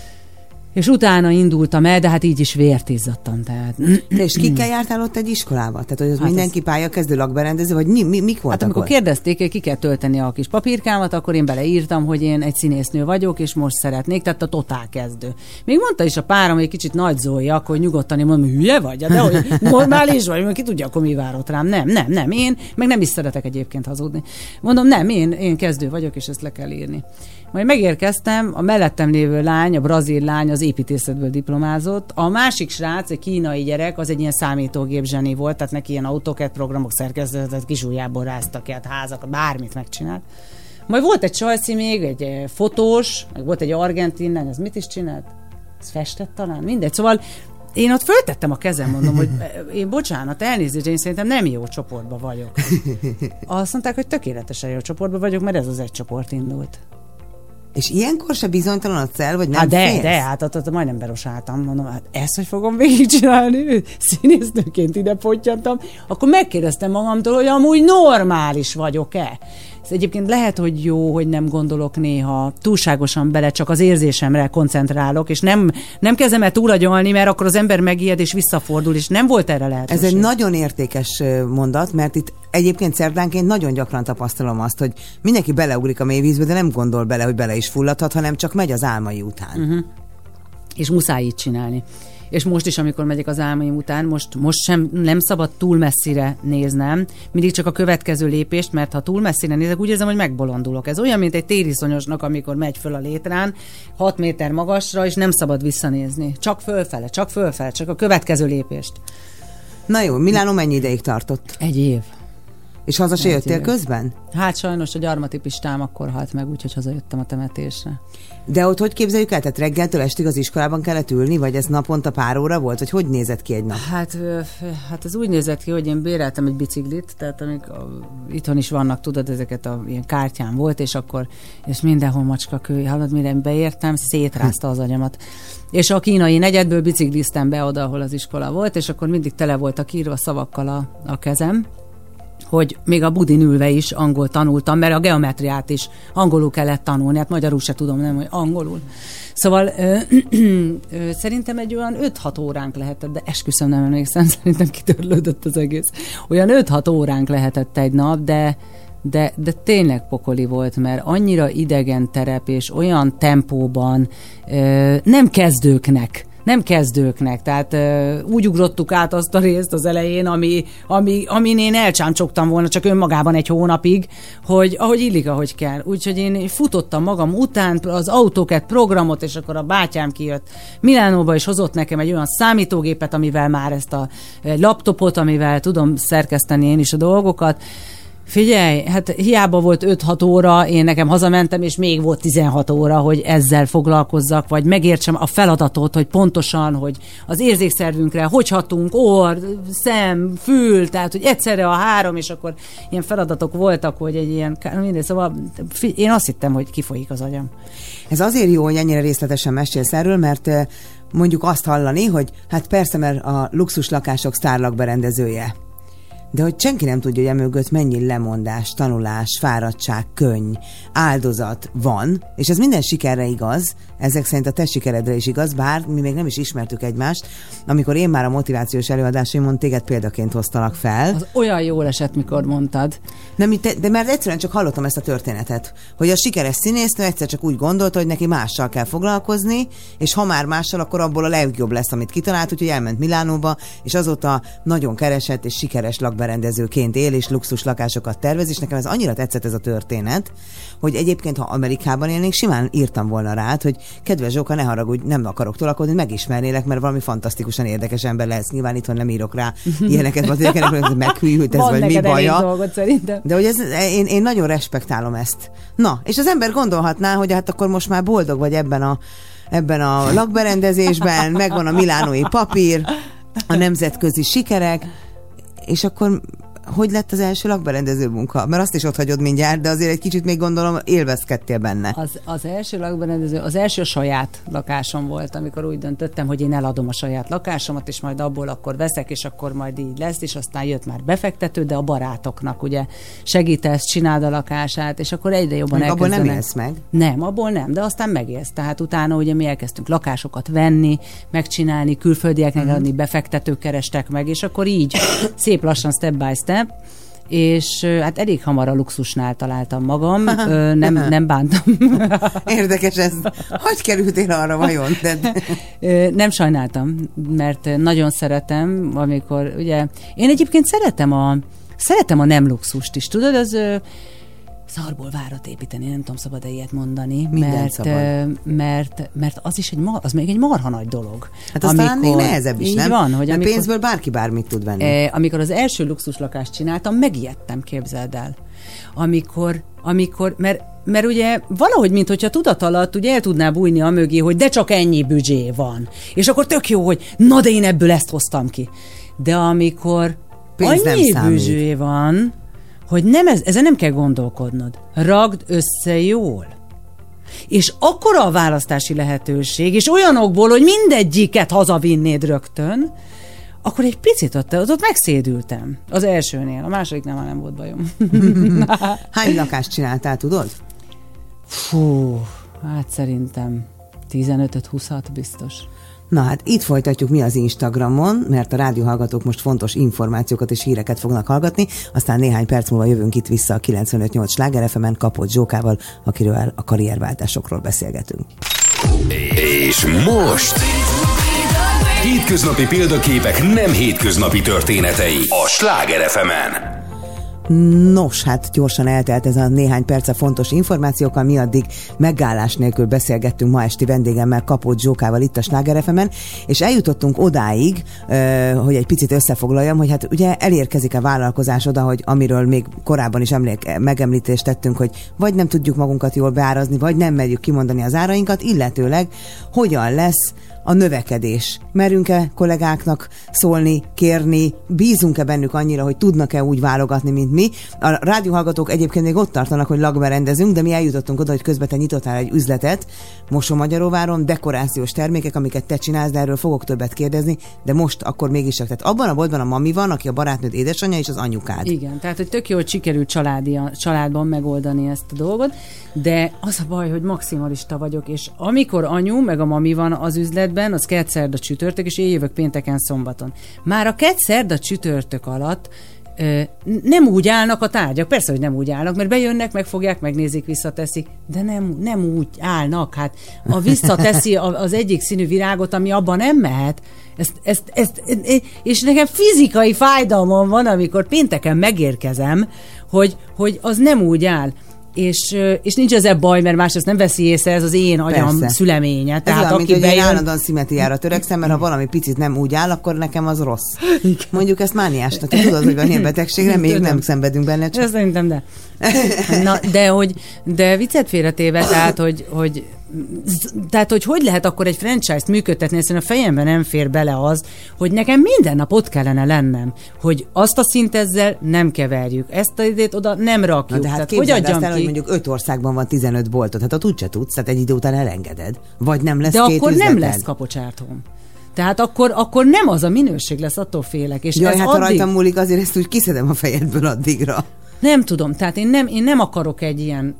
És utána indultam el, de hát így is vért izzadtam. Tehát. De és kikkel jártál ott egy iskolába? Tehát, hogy ott hát mindenki ez... pályakezdő, lakberendező, vagy mi, mi, mik voltak? Hát amikor ott? Kérdezték, hogy ki kell tölteni a kis papírkámat, akkor én beleírtam, hogy én egy színésznő vagyok, és most szeretnék, tehát a totál kezdő. Még mondta is a párom, hogy egy kicsit nagy Zói, akkor nyugodtan én mondom, hülye vagy? De hogy normális vagy, mert ki tudja, akkor mi várott rám. Nem, nem, nem, én, meg nem is szeretek egyébként hazudni. Mondom, nem, én, én kezdő vagyok, és ezt le kell írni. Majd megérkeztem, a mellettem lévő lány, a brazil lány az építészetből diplomázott, a másik srác, egy kínai gyerek, az egy ilyen számítógép zseni volt, tehát neki ilyen AutoCAD programok szerkezetet kis ujjából rázta ki, hát házakat, bármit megcsinált. Majd volt egy csajci még, egy fotós, meg volt egy argentin, ez mit is csinált? Ez festett talán? Mindegy. Szóval én ott föltettem a kezem, mondom, hogy én bocsánat, elnézést, én szerintem nem jó csoportban vagyok. Azt mondták, hogy tökéletesen jó csoportban vagyok, mert ez az egy csoport indult. És ilyenkor se bizonytalanodsz el, vagy nem hát de, félsz? de, hát ott, ott majdnem berosáltam. Mondom, hát ezt, hogy fogom végigcsinálni? Színésznőként ide pottyantam. Akkor megkérdeztem magamtól, hogy amúgy normális vagyok-e? Ez egyébként lehet, hogy jó, hogy nem gondolok néha túlságosan bele, csak az érzésemre koncentrálok, és nem, nem kezdem el túlagyalni, mert akkor az ember megijed és visszafordul, és nem volt erre lehetőség. Ez egy nagyon értékes mondat, mert itt egyébként szerdánként nagyon gyakran tapasztalom azt, hogy mindenki beleugrik a mélyvízbe, de nem gondol bele, hogy bele is fulladhat, hanem csak megy az álmai után. Uh-huh. És muszáj így csinálni. És most is, amikor megyek az álmaim után, most, most sem nem szabad túl messzire néznem, mindig csak a következő lépést, mert ha túl messzire nézek, úgy érzem, hogy megbolondulok. Ez olyan, mint egy tériszonyosnak, amikor megy föl a létrán, hat méter magasra, és nem szabad visszanézni. Csak fölfele, csak fölfele, csak a következő lépést. Na jó, Milánó mennyi ideig tartott? Egy év. És haza se jöttél közben? Hát sajnos a gyarmatipistám akkor halt meg, úgyhogy hazajöttem a temetésre. De ott hogy képzeljük el? Tehát reggeltől estig az iskolában kellett ülni, vagy ez naponta pár óra volt? Vagy hogy nézett ki egy nap? Hát, hát ez úgy nézett ki, hogy én béreltem egy biciklit, tehát amik a, itthon is vannak, tudod, ezeket a ilyen kártyán volt, és akkor és mindenhol macskakő, hallod, mire beértem, szétrázta az agyamat. És a kínai negyedből bicikliztem be oda, ahol az iskola volt, és akkor mindig tele voltak írva szavakkal a, a kezem, hogy még a budin ülve is angol tanultam, mert a geometriát is angolul kellett tanulni, hát magyarul se tudom, nem, hogy angolul. Szóval ö, ö, ö, szerintem egy olyan öt-hat óránk lehetett, de esküszöm nem emlékszem, szerintem kitörlődött az egész. Olyan öt-hat óránk lehetett egy nap, de, de, de tényleg pokoli volt, mert annyira idegen terep és olyan tempóban ö, nem kezdőknek nem kezdőknek, tehát uh, úgy ugrottuk át azt a részt az elején, ami, ami, amin én elcsámcsogtam volna csak önmagában egy hónapig, hogy ahogy illik, ahogy kell. Úgyhogy én futottam magam után, az AutoCAD programot, és akkor a bátyám kijött Milánóba, és hozott nekem egy olyan számítógépet, amivel már ezt a egy laptopot, amivel tudom szerkeszteni én is a dolgokat. Figyelj, hát hiába volt öt-hat óra, én nekem hazamentem, és még volt tizenhat óra, hogy ezzel foglalkozzak, vagy megértsem a feladatot, hogy pontosan, hogy az érzékszervünkre hogy hatunk, orr, szem, fül, tehát, hogy egyszerre a három, és akkor ilyen feladatok voltak, hogy egy ilyen, mindegy, szóval figy- én azt hittem, hogy kifolyik az agyam. Ez azért jó, hogy ennyire részletesen mesélsz erről, mert mondjuk azt hallani, hogy hát persze, mert a luxus lakások sztárlakberendezője. De hogy senki nem tudja, hogy emögött mennyi lemondás, tanulás, fáradtság, könny, áldozat van, és ez minden sikerre igaz, ezek szerint a te sikeredre is igaz, bár mi még nem is ismertük egymást, amikor én már a motivációs előadásaimon téged példaként hoztalak fel. Az olyan jól esett, mikor mondtad. Nem, de mert egyszerűen csak hallottam ezt a történetet, hogy a sikeres színésznő egyszer csak úgy gondolta, hogy neki mással kell foglalkozni, és ha már mással, akkor abból a legjobb lesz, amit kitalált, úgyhogy elment Milánóba, és azóta nagyon keresett és sikeres lakberendezőként él, és luxus lakásokat tervez, és nekem ez annyira tetszett ez a történet, hogy egyébként, ha Amerikában élnék, simán írtam volna rád, hogy kedves Zsóka, ne haragudj, nem akarok tolakodni, megismernélek, mert valami fantasztikusan érdekes ember lesz. Nyilván itthon nem írok rá ilyeneket, vagy ilyeneket, meghűlt ez, van vagy mi baja. Dolgot, szerintem. De hogy ez, én, én nagyon respektálom ezt. Na, és az ember gondolhatná, hogy hát akkor most már boldog vagy ebben a, ebben a lakberendezésben, megvan a milánói papír, a nemzetközi sikerek, és akkor hogy lett az első lakberendező munka? Mert azt is ott hagyod mindjárt, de azért egy kicsit még gondolom élvezkedtél benne. Az, az első lakberendező, az első saját lakásom volt, amikor úgy döntöttem, hogy én eladom a saját lakásomat, és majd abból akkor veszek, és akkor majd így lesz, és aztán jött már befektető, de a barátoknak ugye segítesz, csináld a lakását, és akkor egyre jobban még elkezdenek. Abból nem élsz meg? Nem, abból nem, de aztán megélsz. Tehát utána ugye mi elkezdtünk lakásokat venni, megcsinálni, külföldieknek adni, uh-huh. befektetők kerestek meg, és akkor így szép lassan step by step, és hát elég hamar a luxusnál találtam magam, Ö, nem, nem bántam. Érdekes ez. Hogy kerültél arra vajon? De... Nem sajnáltam, mert nagyon szeretem, amikor ugye, én egyébként szeretem a, szeretem a nem luxust is, tudod, az szarból várat építeni, nem tudom, szabad-e ilyet mondani, mert, mert, mert az is egy, az még egy marha nagy dolog. Hát aztán amikor, még nehezebb is, nem? Van, hogy mert amikor, pénzből bárki bármit tud venni. Eh, amikor az első luxuslakást csináltam, megijedtem, képzeld el. Amikor, amikor mert, mert ugye valahogy, minthogyha tudat alatt ugye el tudná bújni a mögé, hogy de csak ennyi büdzsé van. És akkor tök jó, hogy na de én ebből ezt hoztam ki. De amikor pénz annyi büdzsé van, hogy nem ez, ezen nem kell gondolkodnod. Ragd össze jól. És akkora a választási lehetőség, és olyanokból, hogy mindegyiket hazavinnéd rögtön, akkor egy picit ott, ott megszédültem. Az elsőnél. A másodiknál már nem volt bajom. Hány lakást csináltál, tudod? Fú, hát szerintem tizenötöt-húszat biztos. Na hát itt folytatjuk mi az Instagramon, mert a rádióhallgatók most fontos információkat és híreket fognak hallgatni, aztán néhány perc múlva jövünk itt vissza a kilencvenöt nyolc Sláger ef emen Kapott Zsókával, akiről a karrierváltásokról beszélgetünk. És most hétköznapi példaképek nem hétköznapi történetei a Sláger ef emen. Nos, hát gyorsan eltelt ez a néhány perce fontos információkkal, mi addig megállás nélkül beszélgettünk ma esti vendégemmel, Kapott Zsókával itt a Sláger ef emen, és eljutottunk odáig, hogy egy picit összefoglaljam, hogy hát ugye elérkezik a vállalkozás oda, hogy amiről még korábban is emlék, megemlítést tettünk, hogy vagy nem tudjuk magunkat jól beárazni, vagy nem merjük kimondani az árainkat, illetőleg hogyan lesz a növekedés. Merünk-e kollégáknak szólni, kérni, bízunk-e bennük annyira, hogy tudnak-e úgy válogatni, mint mi? A rádióhallgatók egyébként még ott tartanak, hogy lakberendezünk, de mi eljutottunk oda, hogy közben te nyitottál egy üzletet, Mosonmagyaróváron, dekorációs termékek, amiket te csinálsz, de erről fogok többet kérdezni, de most akkor mégis csak. Tehát abban a boltban a mami van, aki a barátnőd édesanyja, és az anyukád. Igen, tehát hogy tök jó, hogy sikerült családi, családban megoldani ezt a dolgot, de az a baj, hogy maximalista vagyok, és amikor anyu meg a mami van az üzletben, az kedd, szerda, csütörtök, és én jövök pénteken, szombaton. Már a kedd, szerda, csütörtök alatt nem úgy állnak a tárgyak, persze, hogy nem úgy állnak, mert bejönnek, megfogják, megnézik, visszateszik, de nem, nem úgy állnak, hát a visszateszi az egyik színű virágot, ami abban nem mehet, ezt, ezt, ezt, és nekem fizikai fájdalmam van, amikor pénteken megérkezem, hogy, hogy az nem úgy áll. És, és nincs ezzel baj, mert más ezt nem veszi észre, ez az én agyam Persze. szüleménye. Ez Tehát olyan, aki mint, bejön... hogy én állandóan szimmetriára törekszem, mert ha valami picit nem úgy áll, akkor nekem az rossz. Mondjuk ezt mániásnak. Te tudod, hogy van ilyen betegségre, még nem szenvedünk benne. Csak... Szerintem de. Na, de hogy, de viccet félretéve, tehát, hogy, hogy tehát, hogy hogy lehet akkor egy franchise-t működtetni, hiszen a fejemben nem fér bele az, hogy nekem minden nap ott kellene lennem, hogy azt a szint ezzel nem keverjük, ezt a idét oda nem rakjuk. Na, de hát tehát, hogy adjam el, hogy mondjuk öt országban van tizenöt boltot, hát ott úgyse tudsz, tehát egy idő után elengeded. Vagy nem lesz de két akkor üzleted. nem lesz kapocsártóm. Tehát akkor, akkor nem az a minőség lesz, attól félek. És Jaj, ez hát addig... ha rajtam múlik, azért ezt úgy kiszedem a fejedből addigra. Nem tudom, tehát én nem, én nem akarok egy ilyen,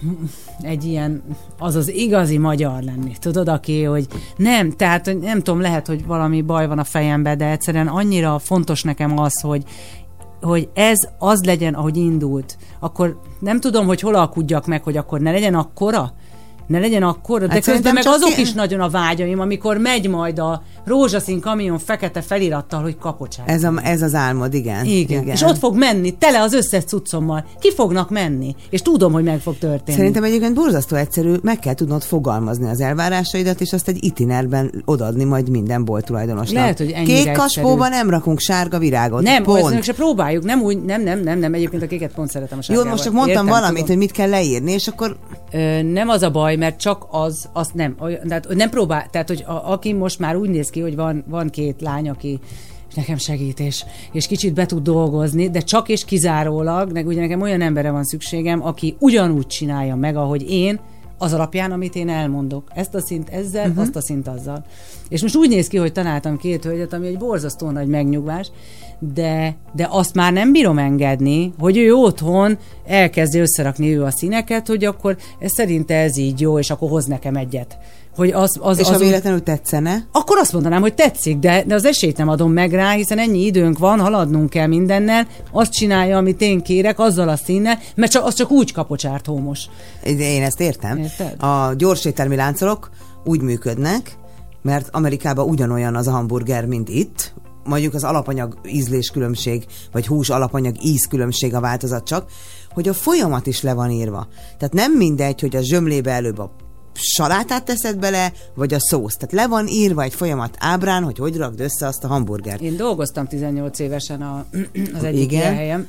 egy ilyen, az az igazi magyar lenni, tudod, aki, hogy nem, tehát nem tudom, lehet, hogy valami baj van a fejemben, de egyszerűen annyira fontos nekem az, hogy hogy ez az legyen, ahogy indult. Akkor nem tudom, hogy hol alkudjak meg, hogy akkor ne legyen akkora, ne legyen akkora, de hát közben meg azok én... is nagyon a vágyaim, amikor megy majd a rózsaszín kamion fekete felirattal, hogy kapocsát. Ez, a, ez az álmod, igen. igen. Igen. És ott fog menni, tele az összes cuccommal. Ki fognak menni? És tudom, hogy meg fog történni. Szerintem egyébként borzasztó egyszerű, meg kell tudnod fogalmazni az elvárásaidat, és azt egy itinerben odaadni majd minden bolt tulajdonosnak. Lehet, hogy ennyire Kék kaspóban nem rakunk sárga virágot. Nem, pont. Ezt se próbáljuk, nem úgy, nem, nem, nem, nem, egyébként a kéket pont szeretem a sárgával. Jó, most csak mondtam Értem, valamit, tudom. hogy mit kell leírni, és akkor... Ö, nem az a baj, mert csak az, azt nem, tehát nem próbál, tehát hogy a, aki most már úgy néz ki, hogy van, van két lány, aki nekem segít, és, és kicsit be tud dolgozni, de csak és kizárólag, meg ugye nekem olyan emberre van szükségem, aki ugyanúgy csinálja meg, ahogy én, az alapján, amit én elmondok. Ezt a szint ezzel, uh-huh. azt a szint azzal. És most úgy néz ki, hogy találtam két hölgyet, ami egy borzasztó nagy megnyugvás, de, de azt már nem bírom engedni, hogy ő otthon elkezdi összerakni ő a színeket, hogy akkor ez szerinte ez így jó, és akkor hoz nekem egyet. Hogy az, az, és az ha véletlenül tetszene? Akkor azt mondanám, hogy tetszik, de, de az esélyt nem adom meg rá, hiszen ennyi időnk van, haladnunk kell mindennel, azt csinálja, amit én kérek, azzal a színnel, mert csak, az csak úgy kapocsárt hómos. Én ezt értem. Érted? A gyorséttermi láncolók úgy működnek, mert Amerikában ugyanolyan az a hamburger, mint itt, mondjuk az alapanyag ízléskülönbség, vagy hús alapanyag ízkülönbség a változat csak, hogy a folyamat is le van írva. Tehát nem mindegy, hogy a zsömlébe előbb a salátát teszed bele, vagy a szószt. Tehát le van írva egy folyamat ábrán, hogy hogy rakd össze azt a hamburgert. Én dolgoztam tizennyolc évesen a, az egyik ilyen helyem,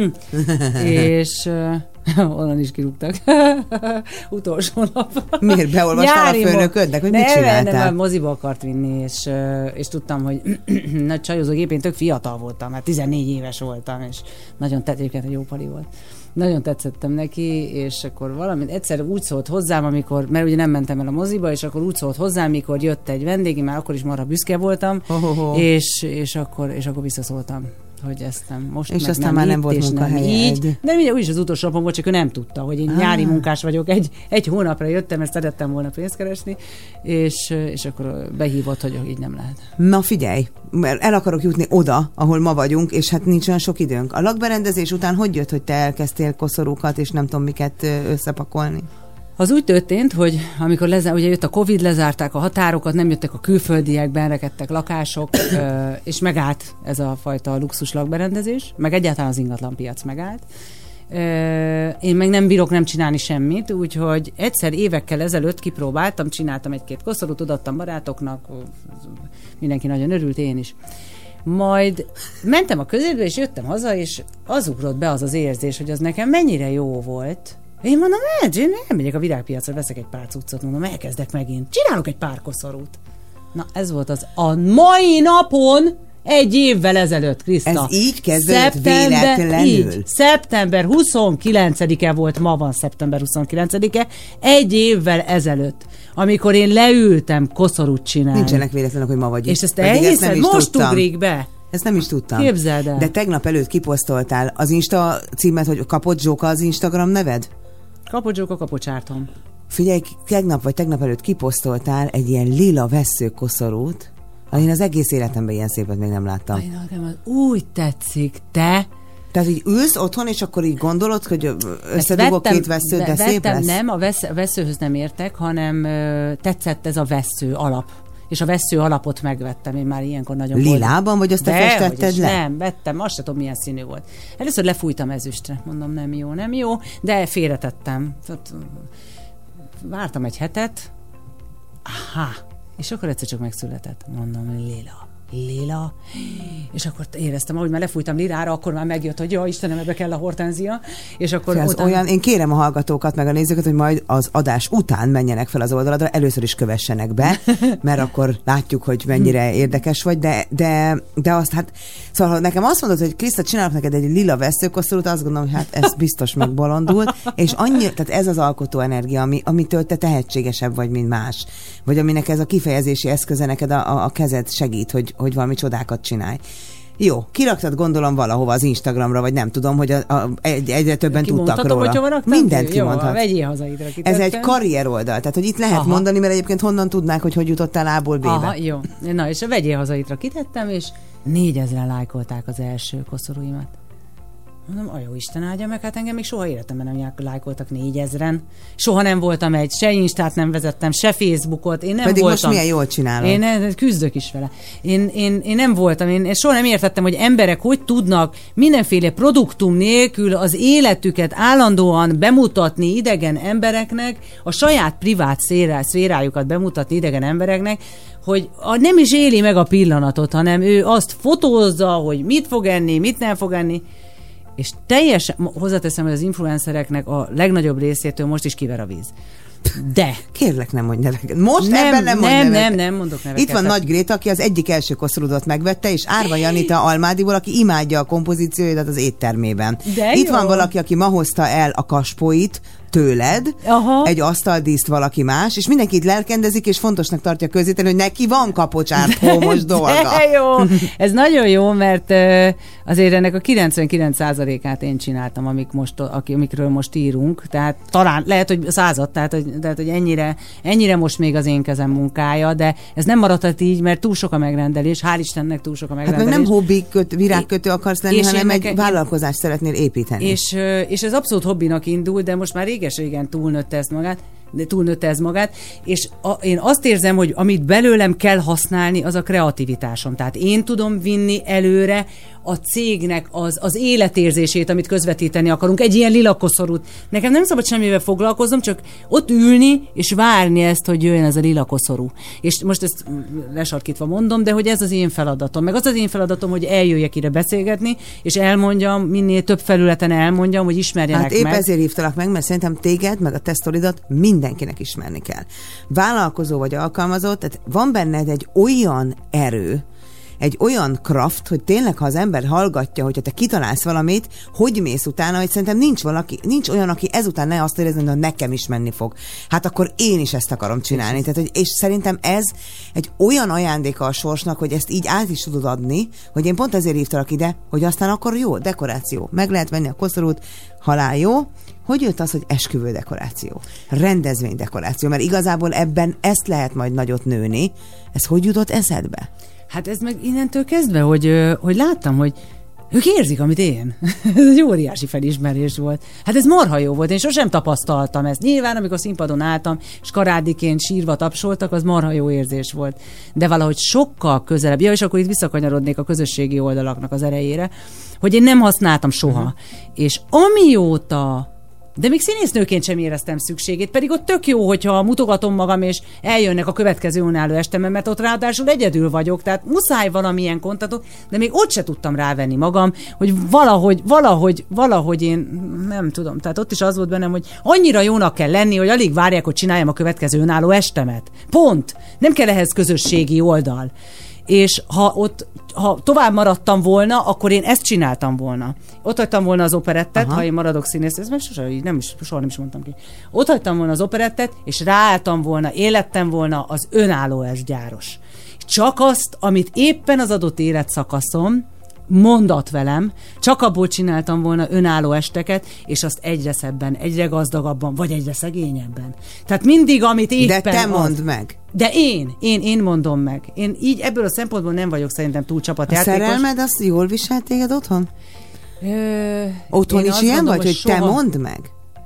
és uh, onnan is kirúgtak. Utolsó nap. Miért? Beolvastál a főnöködnek, hogy mit csináltál? Nem, nem, moziba akart vinni, és, és tudtam, hogy nagy csajozógép, én tök fiatal voltam, mert tizennégy éves voltam, és nagyon tett, egyébként egy jó pali volt. Nagyon tetszettem neki, és akkor valamint egyszer úgy szólt hozzám, amikor, mert ugye nem mentem el a moziba, és akkor úgy szólt hozzám, mikor jött egy vendég, már akkor is marha büszke voltam, oh-oh-oh. és, és, akkor, és akkor visszaszóltam, hogy ezt nem most és meg aztán nem már itt, nem volt munkahelyed. Így, de ugye úgyis az utolsó napon volt, csak ő nem tudta, hogy én ah. nyári munkás vagyok, egy, egy hónapra jöttem, mert szerettem volna pénzt keresni, és, és akkor behívott, hogy így nem lehet. Na figyelj, mert el akarok jutni oda, ahol ma vagyunk, és hát nincs olyan sok időnk. A lakberendezés után hogy jött, hogy te elkezdtél koszorúkat, és nem tudom miket összepakolni? Az úgy történt, hogy amikor lezár, ugye jött a Covid, lezárták a határokat, nem jöttek a külföldiek, berekedtek lakások, és megállt ez a fajta luxus lakberendezés, meg egyáltalán az ingatlanpiac megállt. Én meg nem bírok nem csinálni semmit, úgyhogy egyszer évekkel ezelőtt kipróbáltam, csináltam egy-két koszorút, odaadtam barátoknak, mindenki nagyon örült, én is. Majd mentem a közérbe, és jöttem haza, és az ugrott be az az érzés, hogy az nekem mennyire jó volt. Én mondom, hogy én elmegyek a virágpiacra, veszek egy pár cuccot, mondom, elkezdek megint. Csinálok egy pár koszorút. Na, ez volt az a mai napon, egy évvel ezelőtt, Kriszta. Ez így kezdődött véletlenül? Így, szeptember huszonkilencedike volt, ma van szeptember huszonkilencedike, egy évvel ezelőtt, amikor én leültem koszorút csinálni. Nincsenek véletlenek, hogy ma vagy és ezt elhiszed, most tudtam. Ugrik be. Ezt nem is tudtam. Képzeld el. De tegnap előtt kiposztoltál az Insta címet, hogy Kapott Zsóka az Instagram neved? Kapott Zsóka, kapocsártom. Figyelj, tegnap vagy tegnap előtt kiposztoltál egy ilyen lila vesszőkoszorút, én az egész életemben ilyen szépet még nem láttam. Aj, nekem az úgy tetszik, te, Tehát így ülsz otthon, és akkor így gondolod, hogy összedugok két veszőt, de vettem, szép lesz? Nem, a vesz, veszőhöz nem értek, hanem ö, tetszett ez a vesző alap. És a vesző alapot megvettem, én már ilyenkor nagyon volt. Lilában, vagy azt te festetted le? Nem, vettem, azt sem tudom, milyen színű volt. Először lefújtam ezüstre, mondom, nem jó, nem jó, de félretettem. Vártam egy hetet, aha, és akkor egyszer csak megszületett, mondom, lila. Lila, és akkor éreztem, ahogy már lefújtam lilára, akkor már megjött, hogy jó, Istenem, ebbe kell a hortenzia, és akkor az utána... olyan, én kérem a hallgatókat, meg a nézőket, hogy majd az adás után menjenek fel az oldaladra, először is kövessenek be, mert akkor látjuk, hogy mennyire érdekes vagy, de, de, de azt hát, szóval nekem azt mondod, hogy Kriszta, csinálok neked egy lila veszőkoszorút, azt gondolom, hogy hát ez biztos megbolondult, és annyi, tehát ez az alkotó energia, ami, amitől te tehetségesebb vagy, mint más, vagy aminek ez a kifejezési eszköze neked a, a, a kezed segít, hogy hogy valami csodákat csinálj. Jó, kiraktad gondolom valahova az Instagramra, vagy nem tudom, hogy a, a, egy, egyre többen tudtak róla. Mindent kimondhat. Vegyél hazaidra. Ez egy karrier oldal, tehát hogy itt lehet Aha. mondani, mert egyébként honnan tudnák, hogy hogy jutottál A-ból B-be. Aha, jó. Na, és a vegyél hazaidra kitettem, és négyezren lájkolták az első koszorúimat. Mondom, a jó Isten áldja meg, hát engem még soha életemben nem lájkoltak négyezren. Soha nem voltam egy, se Instát nem vezettem, se Facebookot, én nem Pedig voltam. Pedig most milyen jól csinálod. Én küzdök is vele. Én, én, én nem voltam, én, én soha nem értettem, hogy emberek hogy tudnak mindenféle produktum nélkül az életüket állandóan bemutatni idegen embereknek, a saját privát szférájukat bemutatni idegen embereknek, hogy a, nem is éli meg a pillanatot, hanem ő azt fotózza, hogy mit fog enni, mit nem fog enni, és teljesen, hozzáteszem, hogy az influencereknek a legnagyobb részétől most is kiver a víz. De. Kérlek, nem mondj neveket. Most nem, ebben nem mondj nem, neveket. nem, nem mondok neveket. Itt van Nagy Gréta, aki az egyik első koszorúdat megvette, és Árva Janita Almádiból, aki imádja a kompozícióidat az éttermében. De Itt jó. van valaki, aki ma hozta el a kaspóit tőled, Aha. egy asztaldíszt valaki más, és mindenki itt lelkendezik, és fontosnak tartja közzétenni, hogy neki van kapocsárt hómos dolga. De jó! Ez nagyon jó, mert uh, azért ennek a kilencvenkilenc százalékát én csináltam, amik most, amikről most írunk, tehát talán lehet, hogy század, tehát hogy, tehát, hogy ennyire, ennyire most még az én kezem munkája, de ez nem maradhat így, mert túl sok a megrendelés, hál' Istennek túl sok a megrendelés. Hát meg nem hobbi köt, virágkötő akarsz lenni, és hanem egy neke, vállalkozást szeretnél építeni. És, és ez abszolút hobbinak indul, de most már réges-régen túlnőtte ezt magát, de túlnőtte ez magát, és a, én azt érzem, hogy amit belőlem kell használni, az a kreativitásom. Tehát én tudom vinni előre a cégnek az, az életérzését, amit közvetíteni akarunk, egy ilyen lila koszorút. Nekem nem szabad semmivel foglalkoznom, csak ott ülni, és várni ezt, hogy jöjjön ez a lila koszorú. És most ezt lesarkítva mondom, de hogy ez az én feladatom. Meg az az én feladatom, hogy eljöjjek ide beszélgetni, és elmondjam, minél több felületen elmondjam, hogy ismerjenek hát épp meg. ezért hívtalak meg, mert szerintem téged, meg a te sztoridat mindenkinek ismerni kell. Vállalkozó vagy alkalmazott, tehát van benned egy olyan erő, egy olyan kraft, hogy tényleg, ha az ember hallgatja, hogyha te kitalálsz valamit, hogy mész utána, hogy szerintem nincs valaki, nincs olyan, aki ezután ne azt érezni, hogy nekem is menni fog. Hát akkor én is ezt akarom csinálni. Tehát, hogy, és szerintem ez egy olyan ajándéka a sorsnak, hogy ezt így át is tudod adni, hogy én pont ezért hívtalak ide, hogy aztán akkor jó, dekoráció. Meg lehet venni a koszorút, halál jó. Hogy jött az, hogy esküvő dekoráció? Rendezvény dekoráció, mert igazából ebben ezt lehet majd nagyot nőni. Ez hogy jutott eszedbe? Hát ez meg innentől kezdve, hogy, hogy láttam, hogy ők érzik, amit én. Ez egy óriási felismerés volt. Hát ez marha jó volt, én sosem tapasztaltam ezt. Nyilván, amikor színpadon álltam, és karádiként sírva tapsoltak, az marha jó érzés volt. De valahogy sokkal közelebb, ja, és akkor itt visszakanyarodnék a közösségi oldalaknak az erejére, hogy én nem használtam soha. Uh-huh. És amióta de még színésznőként sem éreztem szükségét, pedig ott tök jó, hogyha mutogatom magam, és eljönnek a következő önálló estemen, mert ott ráadásul egyedül vagyok, tehát muszáj valamilyen kontatot, de még ott se tudtam rávenni magam, hogy valahogy, valahogy, valahogy én nem tudom, tehát ott is az volt bennem, hogy annyira jónak kell lenni, hogy alig várják, hogy csináljam a következő önálló estemet. Pont! Nem kell ehhez közösségi oldal. És ha ott ha tovább maradtam volna, akkor én ezt csináltam volna. Ott hagytam volna az operettet, Aha. ha én maradok színész, ez most sosem, nem is, soha nem is mondtam ki. Ott hagytam volna az operettet, és ráálltam volna, élettem volna az önálló esgyáros. Csak azt, amit éppen az adott életszakaszom mondat velem, csak abból csináltam volna önálló esteket, és azt egyre szebben, egyre gazdagabban, vagy egyre szegényebben. Tehát mindig, amit éppen... De te mondd az... meg! De én, én, én mondom meg. Én így ebből a szempontból nem vagyok szerintem túl csapatjátékos. A szerelmed azt jól visel téged otthon? Ö, Otthon is ilyen vagy, hogy soha... te mondd meg?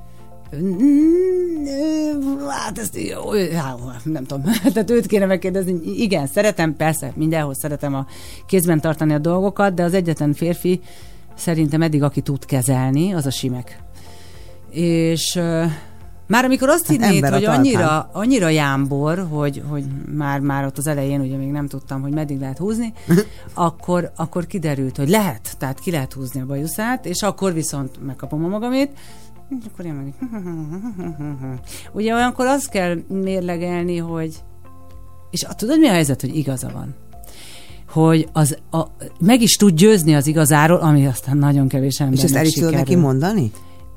Hát ezt nem tudom, tehát őt kéne megkérdezni. Igen, szeretem, persze, mindenhol szeretem a kézben tartani a dolgokat, de az egyetlen férfi szerintem eddig, aki tud kezelni, az a Simek. És uh, már amikor azt hát hinnéd, hogy annyira, annyira jámbor, hogy, hogy már, már ott az elején ugye még nem tudtam, hogy meddig lehet húzni, akkor, akkor kiderült, hogy lehet, tehát ki lehet húzni a bajuszát, és akkor viszont megkapom a magamét, akkor én meg... Ugye olyankor azt kell mérlegelni, hogy... És tudod, mi a helyzet, hogy igaza van? Hogy az, a, meg is tud győzni az igazáról, ami aztán nagyon kevés embernek sikerül. És ezt el is tudod neki mondani?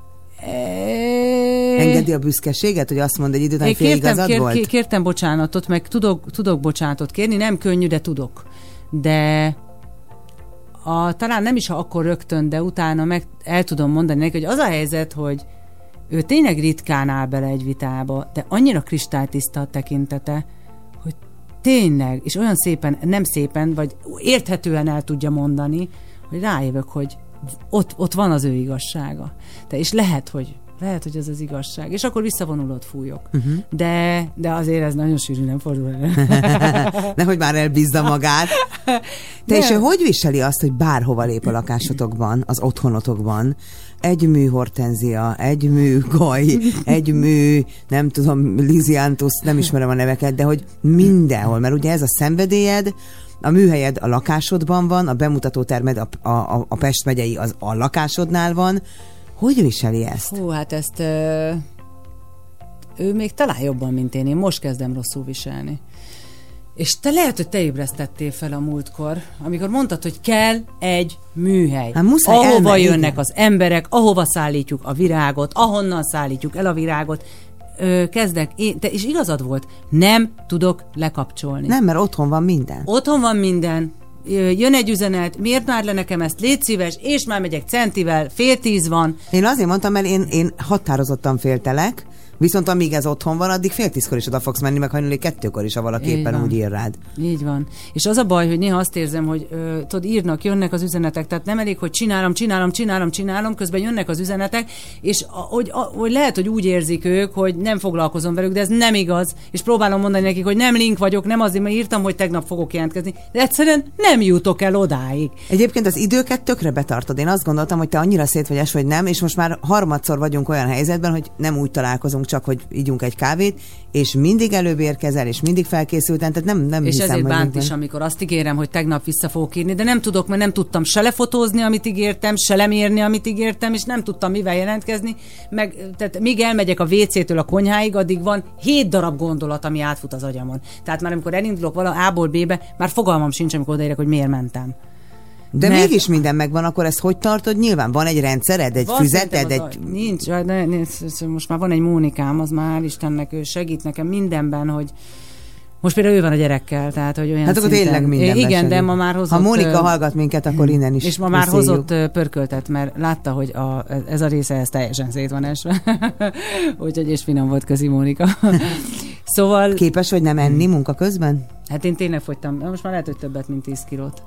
E... Engedi a büszkeséget, hogy azt mond egy idő után, hogy fél igazad kér, volt? Kértem bocsánatot, meg tudok, tudok bocsánatot kérni, nem könnyű, de tudok. De... A, talán nem is ha akkor rögtön, de utána meg el tudom mondani neki, hogy az a helyzet, hogy ő tényleg ritkán áll bele egy vitába, de annyira kristálytiszta a tekintete, hogy tényleg, és olyan szépen, nem szépen, vagy érthetően el tudja mondani, hogy rájövök, hogy ott, ott van az ő igazsága. De és lehet, hogy lehet, hogy ez az igazság. És akkor visszavonulod, fújok. Uh-huh. De, de azért ez nagyon sűrű, nem fordul el. Nehogy már elbízza magát. Te és ő hogy viseli azt, hogy bárhova lép a lakásotokban, az otthonotokban, egy mű hortenzia, egy mű gaj, egy mű, nem tudom, liziantus, nem ismerem a neveket, de hogy mindenhol, mert ugye ez a szenvedélyed, a műhelyed a lakásodban van, a bemutatótermed a, a, a Pest megyei az a lakásodnál van. Hogy viseli ezt? Hú, hát ezt ö, ő még talán jobban, mint én. Én most kezdem rosszul viselni. És te lehet, hogy te ébresztettél fel a múltkor, amikor mondtad, hogy kell egy műhely. Hát ahova elmenni, jönnek igen. Az emberek, ahova szállítjuk a virágot, ahonnan szállítjuk el a virágot. Ö, kezdek, én, te, és igazad volt, nem tudok lekapcsolni. Nem, mert otthon van minden. Otthon van minden. Jön egy üzenet, miért már le nekem ezt, légy szíves, és már megyek centivel, fél tíz van. Én azért mondtam, mert én, én határozottan féltelek, viszont amíg ez otthon van, addig fél tízkor is oda fogsz menni, meg hajnali kettőkor is, ha valaki így éppen van. Úgy ír rád. Így van. És az a baj, hogy néha azt érzem, hogy ö, tudod, írnak, jönnek az üzenetek, tehát nem elég, hogy csinálom, csinálom, csinálom, csinálom, közben jönnek az üzenetek, és a, hogy, a, hogy lehet, hogy úgy érzik ők, hogy nem foglalkozom velük, de ez nem igaz, és próbálom mondani nekik, hogy nem link vagyok, nem azért, mert írtam, hogy tegnap fogok jelentkezni, de egyszerűen nem jutok el odáig. Egyébként az időket tökre betartod. Én azt gondoltam, hogy te annyira szét vagy es, vagy nem, és most már harmadszor vagyunk olyan helyzetben, hogy nem úgy találkozunk, csak hogy ígyunk egy kávét, és mindig előbb érkezel, és mindig felkészülten, tehát nem, nem és hiszem, ezért hogy bánt meg... is, amikor azt ígérem, hogy tegnap vissza fogok írni, de nem tudok, mert nem tudtam se lefotózni, amit ígértem, se lemérni, amit ígértem, és nem tudtam mivel jelentkezni, meg tehát míg elmegyek a vécétől a konyháig, addig van hét darab gondolat, ami átfut az agyamon. Tehát már amikor elindulok vala A-ból B-be, már fogalmam sincs, amikor odaérek, hogy miért mentem. De mert... mégis minden megvan, akkor ezt hogy tartod? Nyilván van egy rendszered, egy van, füzeted, egy... A... Nincs, de, most már van egy Mónikám, az már hál' Istennek, ő segít nekem mindenben, hogy most például ő van a gyerekkel, tehát hogy olyan hát akkor szinten... tényleg mindenben igen, segít. de ma már hozott... Ha Mónika hallgat minket, akkor innen is és ma már beszéljük. Hozott pörköltet, mert látta, hogy a, ez a része ez teljesen szét van esve. Úgyhogy és finom volt közi Mónika. Szóval... Képes vagy nem enni munka közben? Hát én tényleg fogytam, most már lehet, hogy többet, mint tíz kilót.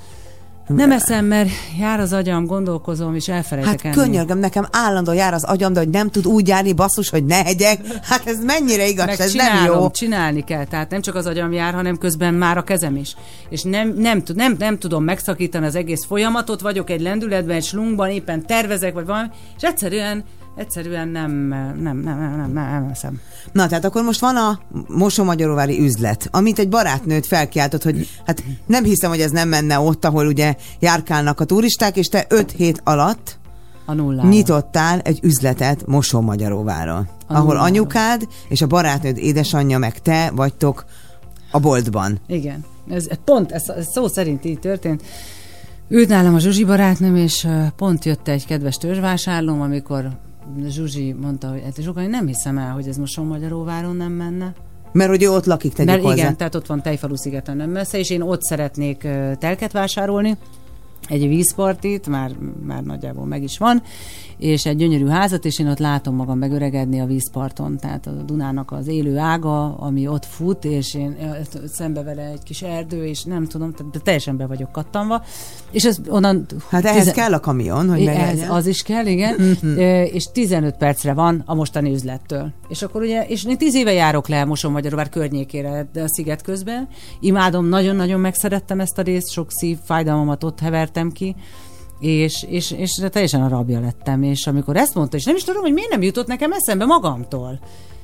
Nem eszem, mert jár az agyam, gondolkozom, és elfelejtek hát enni. Könyörgöm, nekem állandó jár az agyam, de hogy nem tud úgy járni, basszus, hogy ne hegyek. Hát ez mennyire igaz, meg ez csinálom, nem jó. Csinálni kell, tehát nem csak az agyam jár, hanem közben már a kezem is. És nem, nem, nem, nem tudom megszakítani az egész folyamatot, vagyok egy lendületben, egy slungban, éppen tervezek, vagy valami, és egyszerűen Egyszerűen nem, nem, nem, nem, nem, nem eszem. Na, tehát akkor most van a Mosómagyaróvári üzlet, amit egy barátnőt felkiáltott, hogy hát nem hiszem, hogy ez nem menne ott, ahol ugye járkálnak a turisták, és te öt hét alatt a nullára nyitottál egy üzletet Mosómagyaróváron, ahol nullára. Anyukád és a barátnőd édesanyja meg te vagytok a boltban. Igen, ez pont, ez, ez szó szerint így történt. Ült nálam a Zsuzsi barátnőm, és pont jött egy kedves törzsvásárlóm, amikor Zsuzsi mondta, hogy hát Zsuka, én nem hiszem el, hogy ez Mosómagyaróváron nem menne. Mert hogy ő ott lakik, tegyük Mert hozzá. igen, tehát ott van Tejfalu szigeten nem messze, és én ott szeretnék uh, telket vásárolni, egy vízpartit, már, már nagyjából meg is van, és egy gyönyörű házat, és én ott látom magam megöregedni a vízparton, tehát a Dunának az élő ága, ami ott fut, és én szembe vele egy kis erdő, és nem tudom, de teljesen be vagyok kattanva, és ez onnan... Hát ehhez tizen... kell a kamion, hogy meglegyen. Az is kell, igen, és tizenöt percre van a mostani üzlettől. És akkor ugye, és én tíz éve járok le Mosonmagyaróvár környékére, de a sziget közben. Imádom, nagyon-nagyon megszerettem ezt a részt, sok szív fájdalmamat ott hevertem ki, és, és, és teljesen a rabja lettem, és amikor ezt mondta, és nem is tudom, hogy miért nem jutott nekem eszembe magamtól.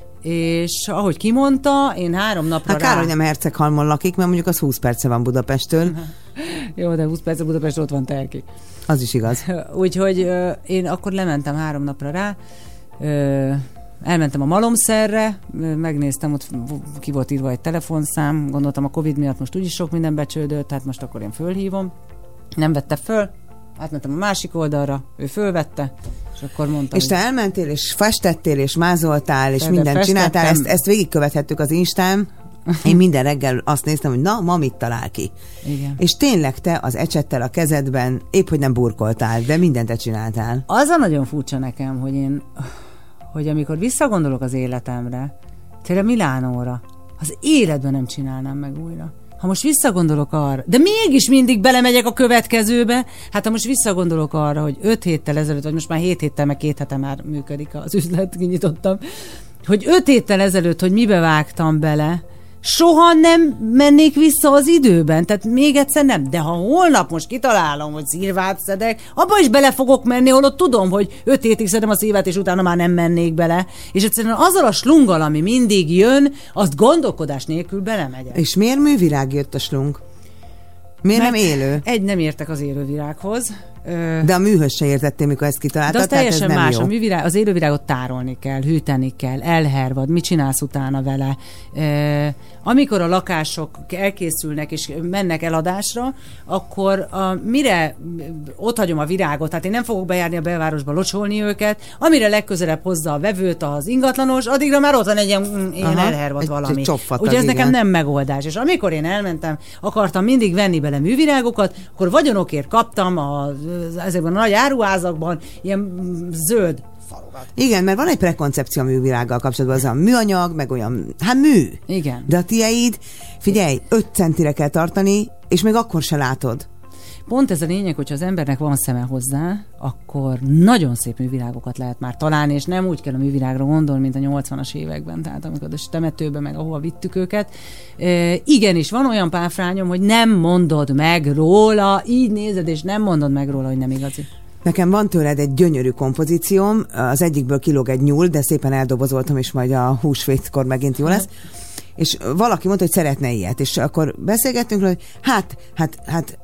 És ahogy kimondta, én három napra hát rá... kár, hogy nem Herceghalmon lakik, mert mondjuk az húsz perce van Budapesttől. Jó, de húsz perce Budapest, ott van Telki. Az is igaz. Úgyhogy uh, én akkor lementem három napra rá, uh, elmentem a Malomszerre, megnéztem, ott ki volt írva egy telefonszám, gondoltam a Covid miatt most úgyis sok minden becsődött, tehát most akkor én fölhívom. Nem vette föl, átmentem a másik oldalra, ő fölvette, és akkor mondtam. És te elmentél, és festettél, és mázoltál, és mindent csináltál, ezt, ezt végigkövethettük az Instán. Én minden reggel azt néztem, hogy na, ma mit talál ki. Igen. És tényleg te az ecsettel a kezedben épp, hogy nem burkoltál, de mindent te csináltál. Az a nagyon furcsa nekem, hogy én, hogy amikor visszagondolok az életemre, tényleg Milánóra, az életben nem csinálnám meg újra. Ha most visszagondolok arra, de mégis mindig belemegyek a következőbe, hát ha most visszagondolok arra, hogy öt héttel ezelőtt, vagy most már hét héttel, meg két hete már működik az üzlet, kinyitottam, hogy öt héttel ezelőtt, hogy mibe vágtam bele, soha nem mennék vissza az időben, tehát még egyszer nem. De ha holnap most kitalálom, hogy szilvát szedek, abba is bele fogok menni, holott tudom, hogy öt hétig szedem a szilvát, és utána már nem mennék bele. És egyszerűen azzal a slunggal, ami mindig jön, azt gondolkodás nélkül belemegyek. És miért művirág jött a slung? Miért Mert nem élő? Egy, nem értek az élővirághoz. De a műhöz se értettél, mikor ezt kitaláltad, de az teljesen ez nem más. jó. A művirág, az élővirágot tárolni kell, hűteni kell, elhervad, mit csinálsz utána vele. E, amikor a lakások elkészülnek és mennek eladásra, akkor a, mire ott hagyom a virágot, tehát én nem fogok bejárni a belvárosba locsolni őket, amire legközelebb hozza a vevőt az ingatlanos, addigra már ott van egy ilyen, ilyen elhervad egy, valami. Egy ugye ez igen. Nekem nem megoldás. És amikor én elmentem, akartam mindig venni bele művirágokat, akkor vagyonokért kaptam a ezekben a nagy áruházakban ilyen zöld falukat. Igen, mert van egy prekoncepció a művirággal kapcsolatban, az a műanyag, meg olyan, hát mű. Igen. De a tieid, figyelj, öt centire kell tartani, és még akkor se látod. Pont ez a lényeg, hogyha az embernek van szeme hozzá, akkor nagyon szép művirágokat lehet már találni, és nem úgy kell a művirágra gondolni, mint a nyolcvanas években, tehát amikor a temetőben, meg ahova vittük őket. E, igenis, van olyan páfrányom, hogy nem mondod meg róla, így nézed, és nem mondod meg róla, hogy nem igazi. Nekem van tőled egy gyönyörű kompozícióm, az egyikből kilóg egy nyúl, de szépen eldobozoltam, és majd a húsvétkor megint jó lesz. És valaki mondta, hogy szeretne ilyet, és akkor beszélgettünk, hogy hát, hát, hát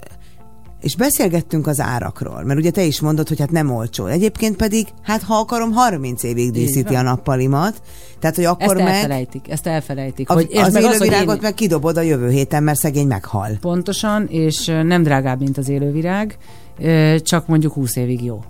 és beszélgettünk az árakról, mert ugye te is mondod, hogy hát nem olcsó. Egyébként pedig, hát ha akarom, harminc évig díszíti a nappalimat. Tehát, hogy akkor ezt meg... elfelejtik, ezt elfelejtik. A, hogy, és az meg élővirágot az, én... meg kidobod a jövő héten, mert szegény meghal. Pontosan, és nem drágább, mint az élővirág, csak mondjuk húsz évig jó.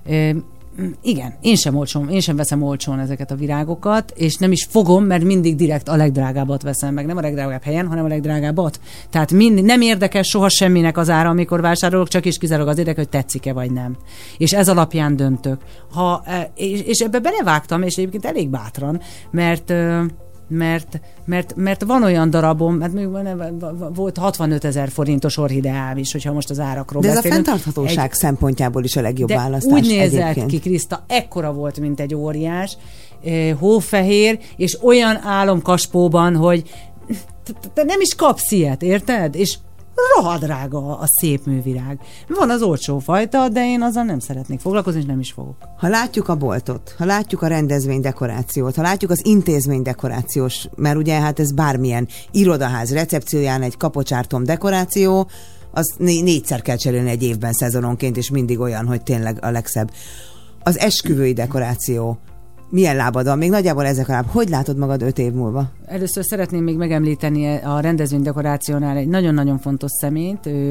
Igen, én sem olcsóm, én sem veszem olcsón ezeket a virágokat, és nem is fogom, mert mindig direkt a legdrágábbat veszem meg. Nem a legdrágább helyen, hanem a legdrágábbat. Tehát mind, nem érdekes soha semminek az ára, amikor vásárolok, csak is kizárólag az érdekel, hogy tetszik-e vagy nem. És ez alapján döntök. Ha, és, és ebbe belevágtam, és egyébként elég bátran, mert... Mert, mert, mert van olyan darabom, mert volt hatvanötezer forintos orhideám is, hogyha most az árakról de beszélünk. De ez a fenntarthatóság egy, szempontjából is a legjobb de választás. Úgy nézett egyébként ki, Kriszta, ekkora volt, mint egy óriás, hófehér, és olyan álomkaspóban, hogy te nem is kapsz ilyet, érted? És rohadrága a szép művirág. Van az olcsó fajta, de én azzal nem szeretnék foglalkozni, és nem is fogok. Ha látjuk a boltot, ha látjuk a rendezvénydekorációt, ha látjuk az intézménydekorációs, mert ugye hát ez bármilyen irodaház recepcióján egy kapocsártom dekoráció, az né- négyszer kell cserélni egy évben szezononként, és mindig olyan, hogy tényleg a legszebb. Az esküvői dekoráció, milyen lábad van? Még nagyjából ezek a láb. Hogy látod magad öt év múlva? Először szeretném még megemlíteni a rendezvénydekorációnál egy nagyon-nagyon fontos személyt. Ő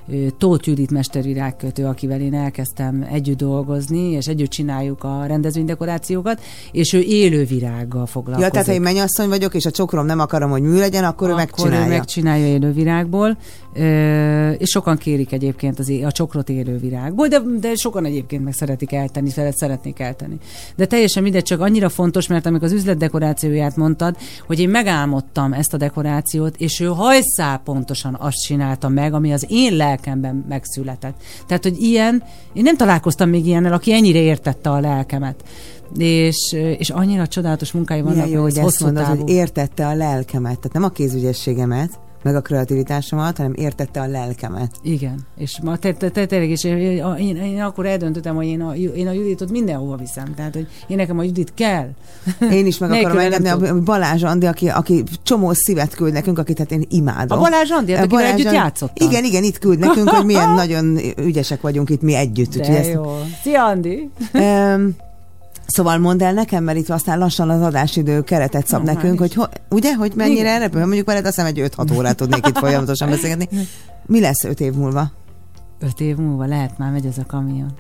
Tóth Judit mestervirágkötő, akivel én elkezdtem együtt dolgozni, és együtt csináljuk a rendezvénydekorációkat, és ő élő virággal foglalkozik. Ja, tehát ha én mennyasszony vagyok, és a csokrom nem akarom, hogy mű legyen, akkor, akkor ő megcsinálja. Akkor ő megcsinálja élő virágból, és sokan kérik egyébként az é- a csokrot élő virágból, de, de sokan egyébként meg szeretik eltenni, szeretnék eltenni. De teljesen mindegy, csak annyira fontos, mert amikor az üzlet dekorációját mondtad, hogy én megálmodtam ezt a dekorációt, és ő hajszál pontosan azt csinálta meg, ami az én lelkemben megszületett. Tehát, hogy ilyen, én nem találkoztam még ilyennel, aki ennyire értette a lelkemet. És, és annyira csodálatos munkái vannak. Milyen jó, hogy ezt mondod, hogy értette a lelkemet. Tehát nem a kézügyességemet, meg a kreativitásomat, hanem értette a lelkemet. Igen, és ma te, te, te, tényleg, és én, én, én akkor eldöntöttem, hogy én a, én a Juditot mindenhova viszem. Tehát, hogy én nekem a Judit kell. Én is meg akarom engedni a Balázs Andi, aki, aki csomó szívet küld nekünk, akit hát én imádom. A Balázs Andi, akivel Balázs együtt játszottam. Igen, igen, itt küld nekünk, hogy milyen nagyon ügyesek vagyunk itt mi együtt. De ezt... jó. Szia, Andi! Um, Szóval mondd el nekem, mert itt aztán lassan az adásidő keretet szab no, nekünk, hogy ho, ugye, hogy mennyire erre? Mondjuk veled azt hiszem egy öt-hat órát tudnék itt folyamatosan beszélgetni. Mi lesz öt év múlva? Öt év múlva lehet, már megy ez a kamion.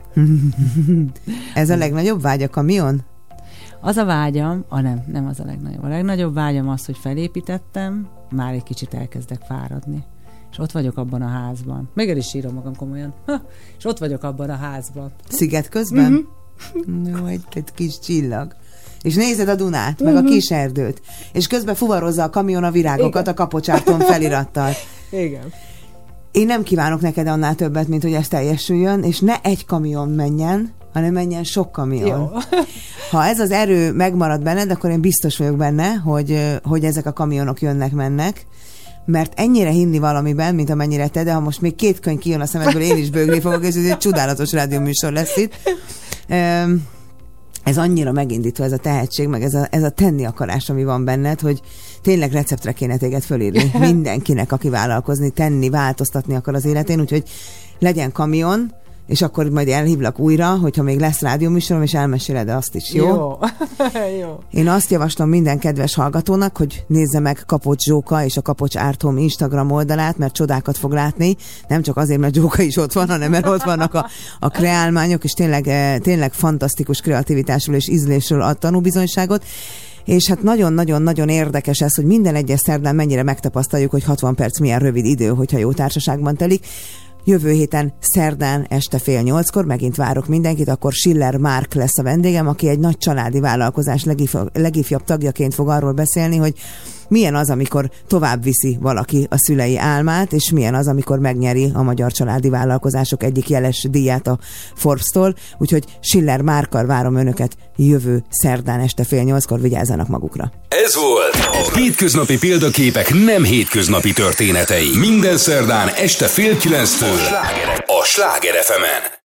Ez a legnagyobb vágy, a kamion? Az a vágyam, a nem, nem az a legnagyobb. A legnagyobb vágyam az, hogy felépítettem, már egy kicsit elkezdek fáradni. És ott vagyok abban a házban. Még el is írom magam komolyan. Ha, és ott vagyok abban a házban. Sziget közben? Mm-hmm. No, egy, egy kis csillag. És nézed a Dunát, uh-huh. meg a kis erdőt. És közben fuvarozza a kamion a virágokat. Igen. A Kapocsárton felirattal. Igen. Én nem kívánok neked annál többet, mint hogy ez teljesüljön, és ne egy kamion menjen, hanem menjen sok kamion. Jó. Ha ez az erő megmarad benned, akkor én biztos vagyok benne, hogy, hogy ezek a kamionok jönnek-mennek, mert ennyire hinni valamiben, mint amennyire te, de ha most még két könyv kijön a szemedből, én is bőgni fogok, és ez egy csodálatos rádióműsor lesz itt. Ez annyira megindító, ez a tehetség, meg ez a, ez a tenni akarás, ami van benned, hogy tényleg receptre kéne téged fölírni mindenkinek, aki vállalkozni, tenni, változtatni akar az életén, úgyhogy legyen kamion, és akkor majd elhívlak újra, hogyha még lesz rádióműsorom, és elmeséled azt is, jó? Jó. Jó. Én azt javaslom minden kedves hallgatónak, hogy nézze meg Kapocs Zsóka és a Kapocs Art Home Instagram oldalát, mert csodákat fog látni, nem csak azért, mert Zsóka is ott van, hanem mert ott vannak a, a kreálmányok, és tényleg, tényleg fantasztikus kreativitásról és ízlésről ad tanúbizonyságot. És hát nagyon-nagyon-nagyon érdekes ez, hogy minden egyes szerdán mennyire megtapasztaljuk, hogy hatvan perc milyen rövid idő, hogyha jó társaságban telik. Jövő héten szerdán este fél nyolckor megint várok mindenkit, akkor Schiller Márk lesz a vendégem, aki egy nagy családi vállalkozás legif- legifjabb tagjaként fog arról beszélni, hogy milyen az, amikor tovább viszi valaki a szülei álmát, és milyen az, amikor megnyeri a magyar családi vállalkozások egyik jeles díját a Forbes-tól. Úgyhogy Schiller Márkkal várom önöket jövő szerdán este fél nyolckor, vigyázzanak magukra. Ez volt a Hétköznapi Példaképek nem hétköznapi történetei. Minden szerdán este fél kilenctől a Sláger ef emen.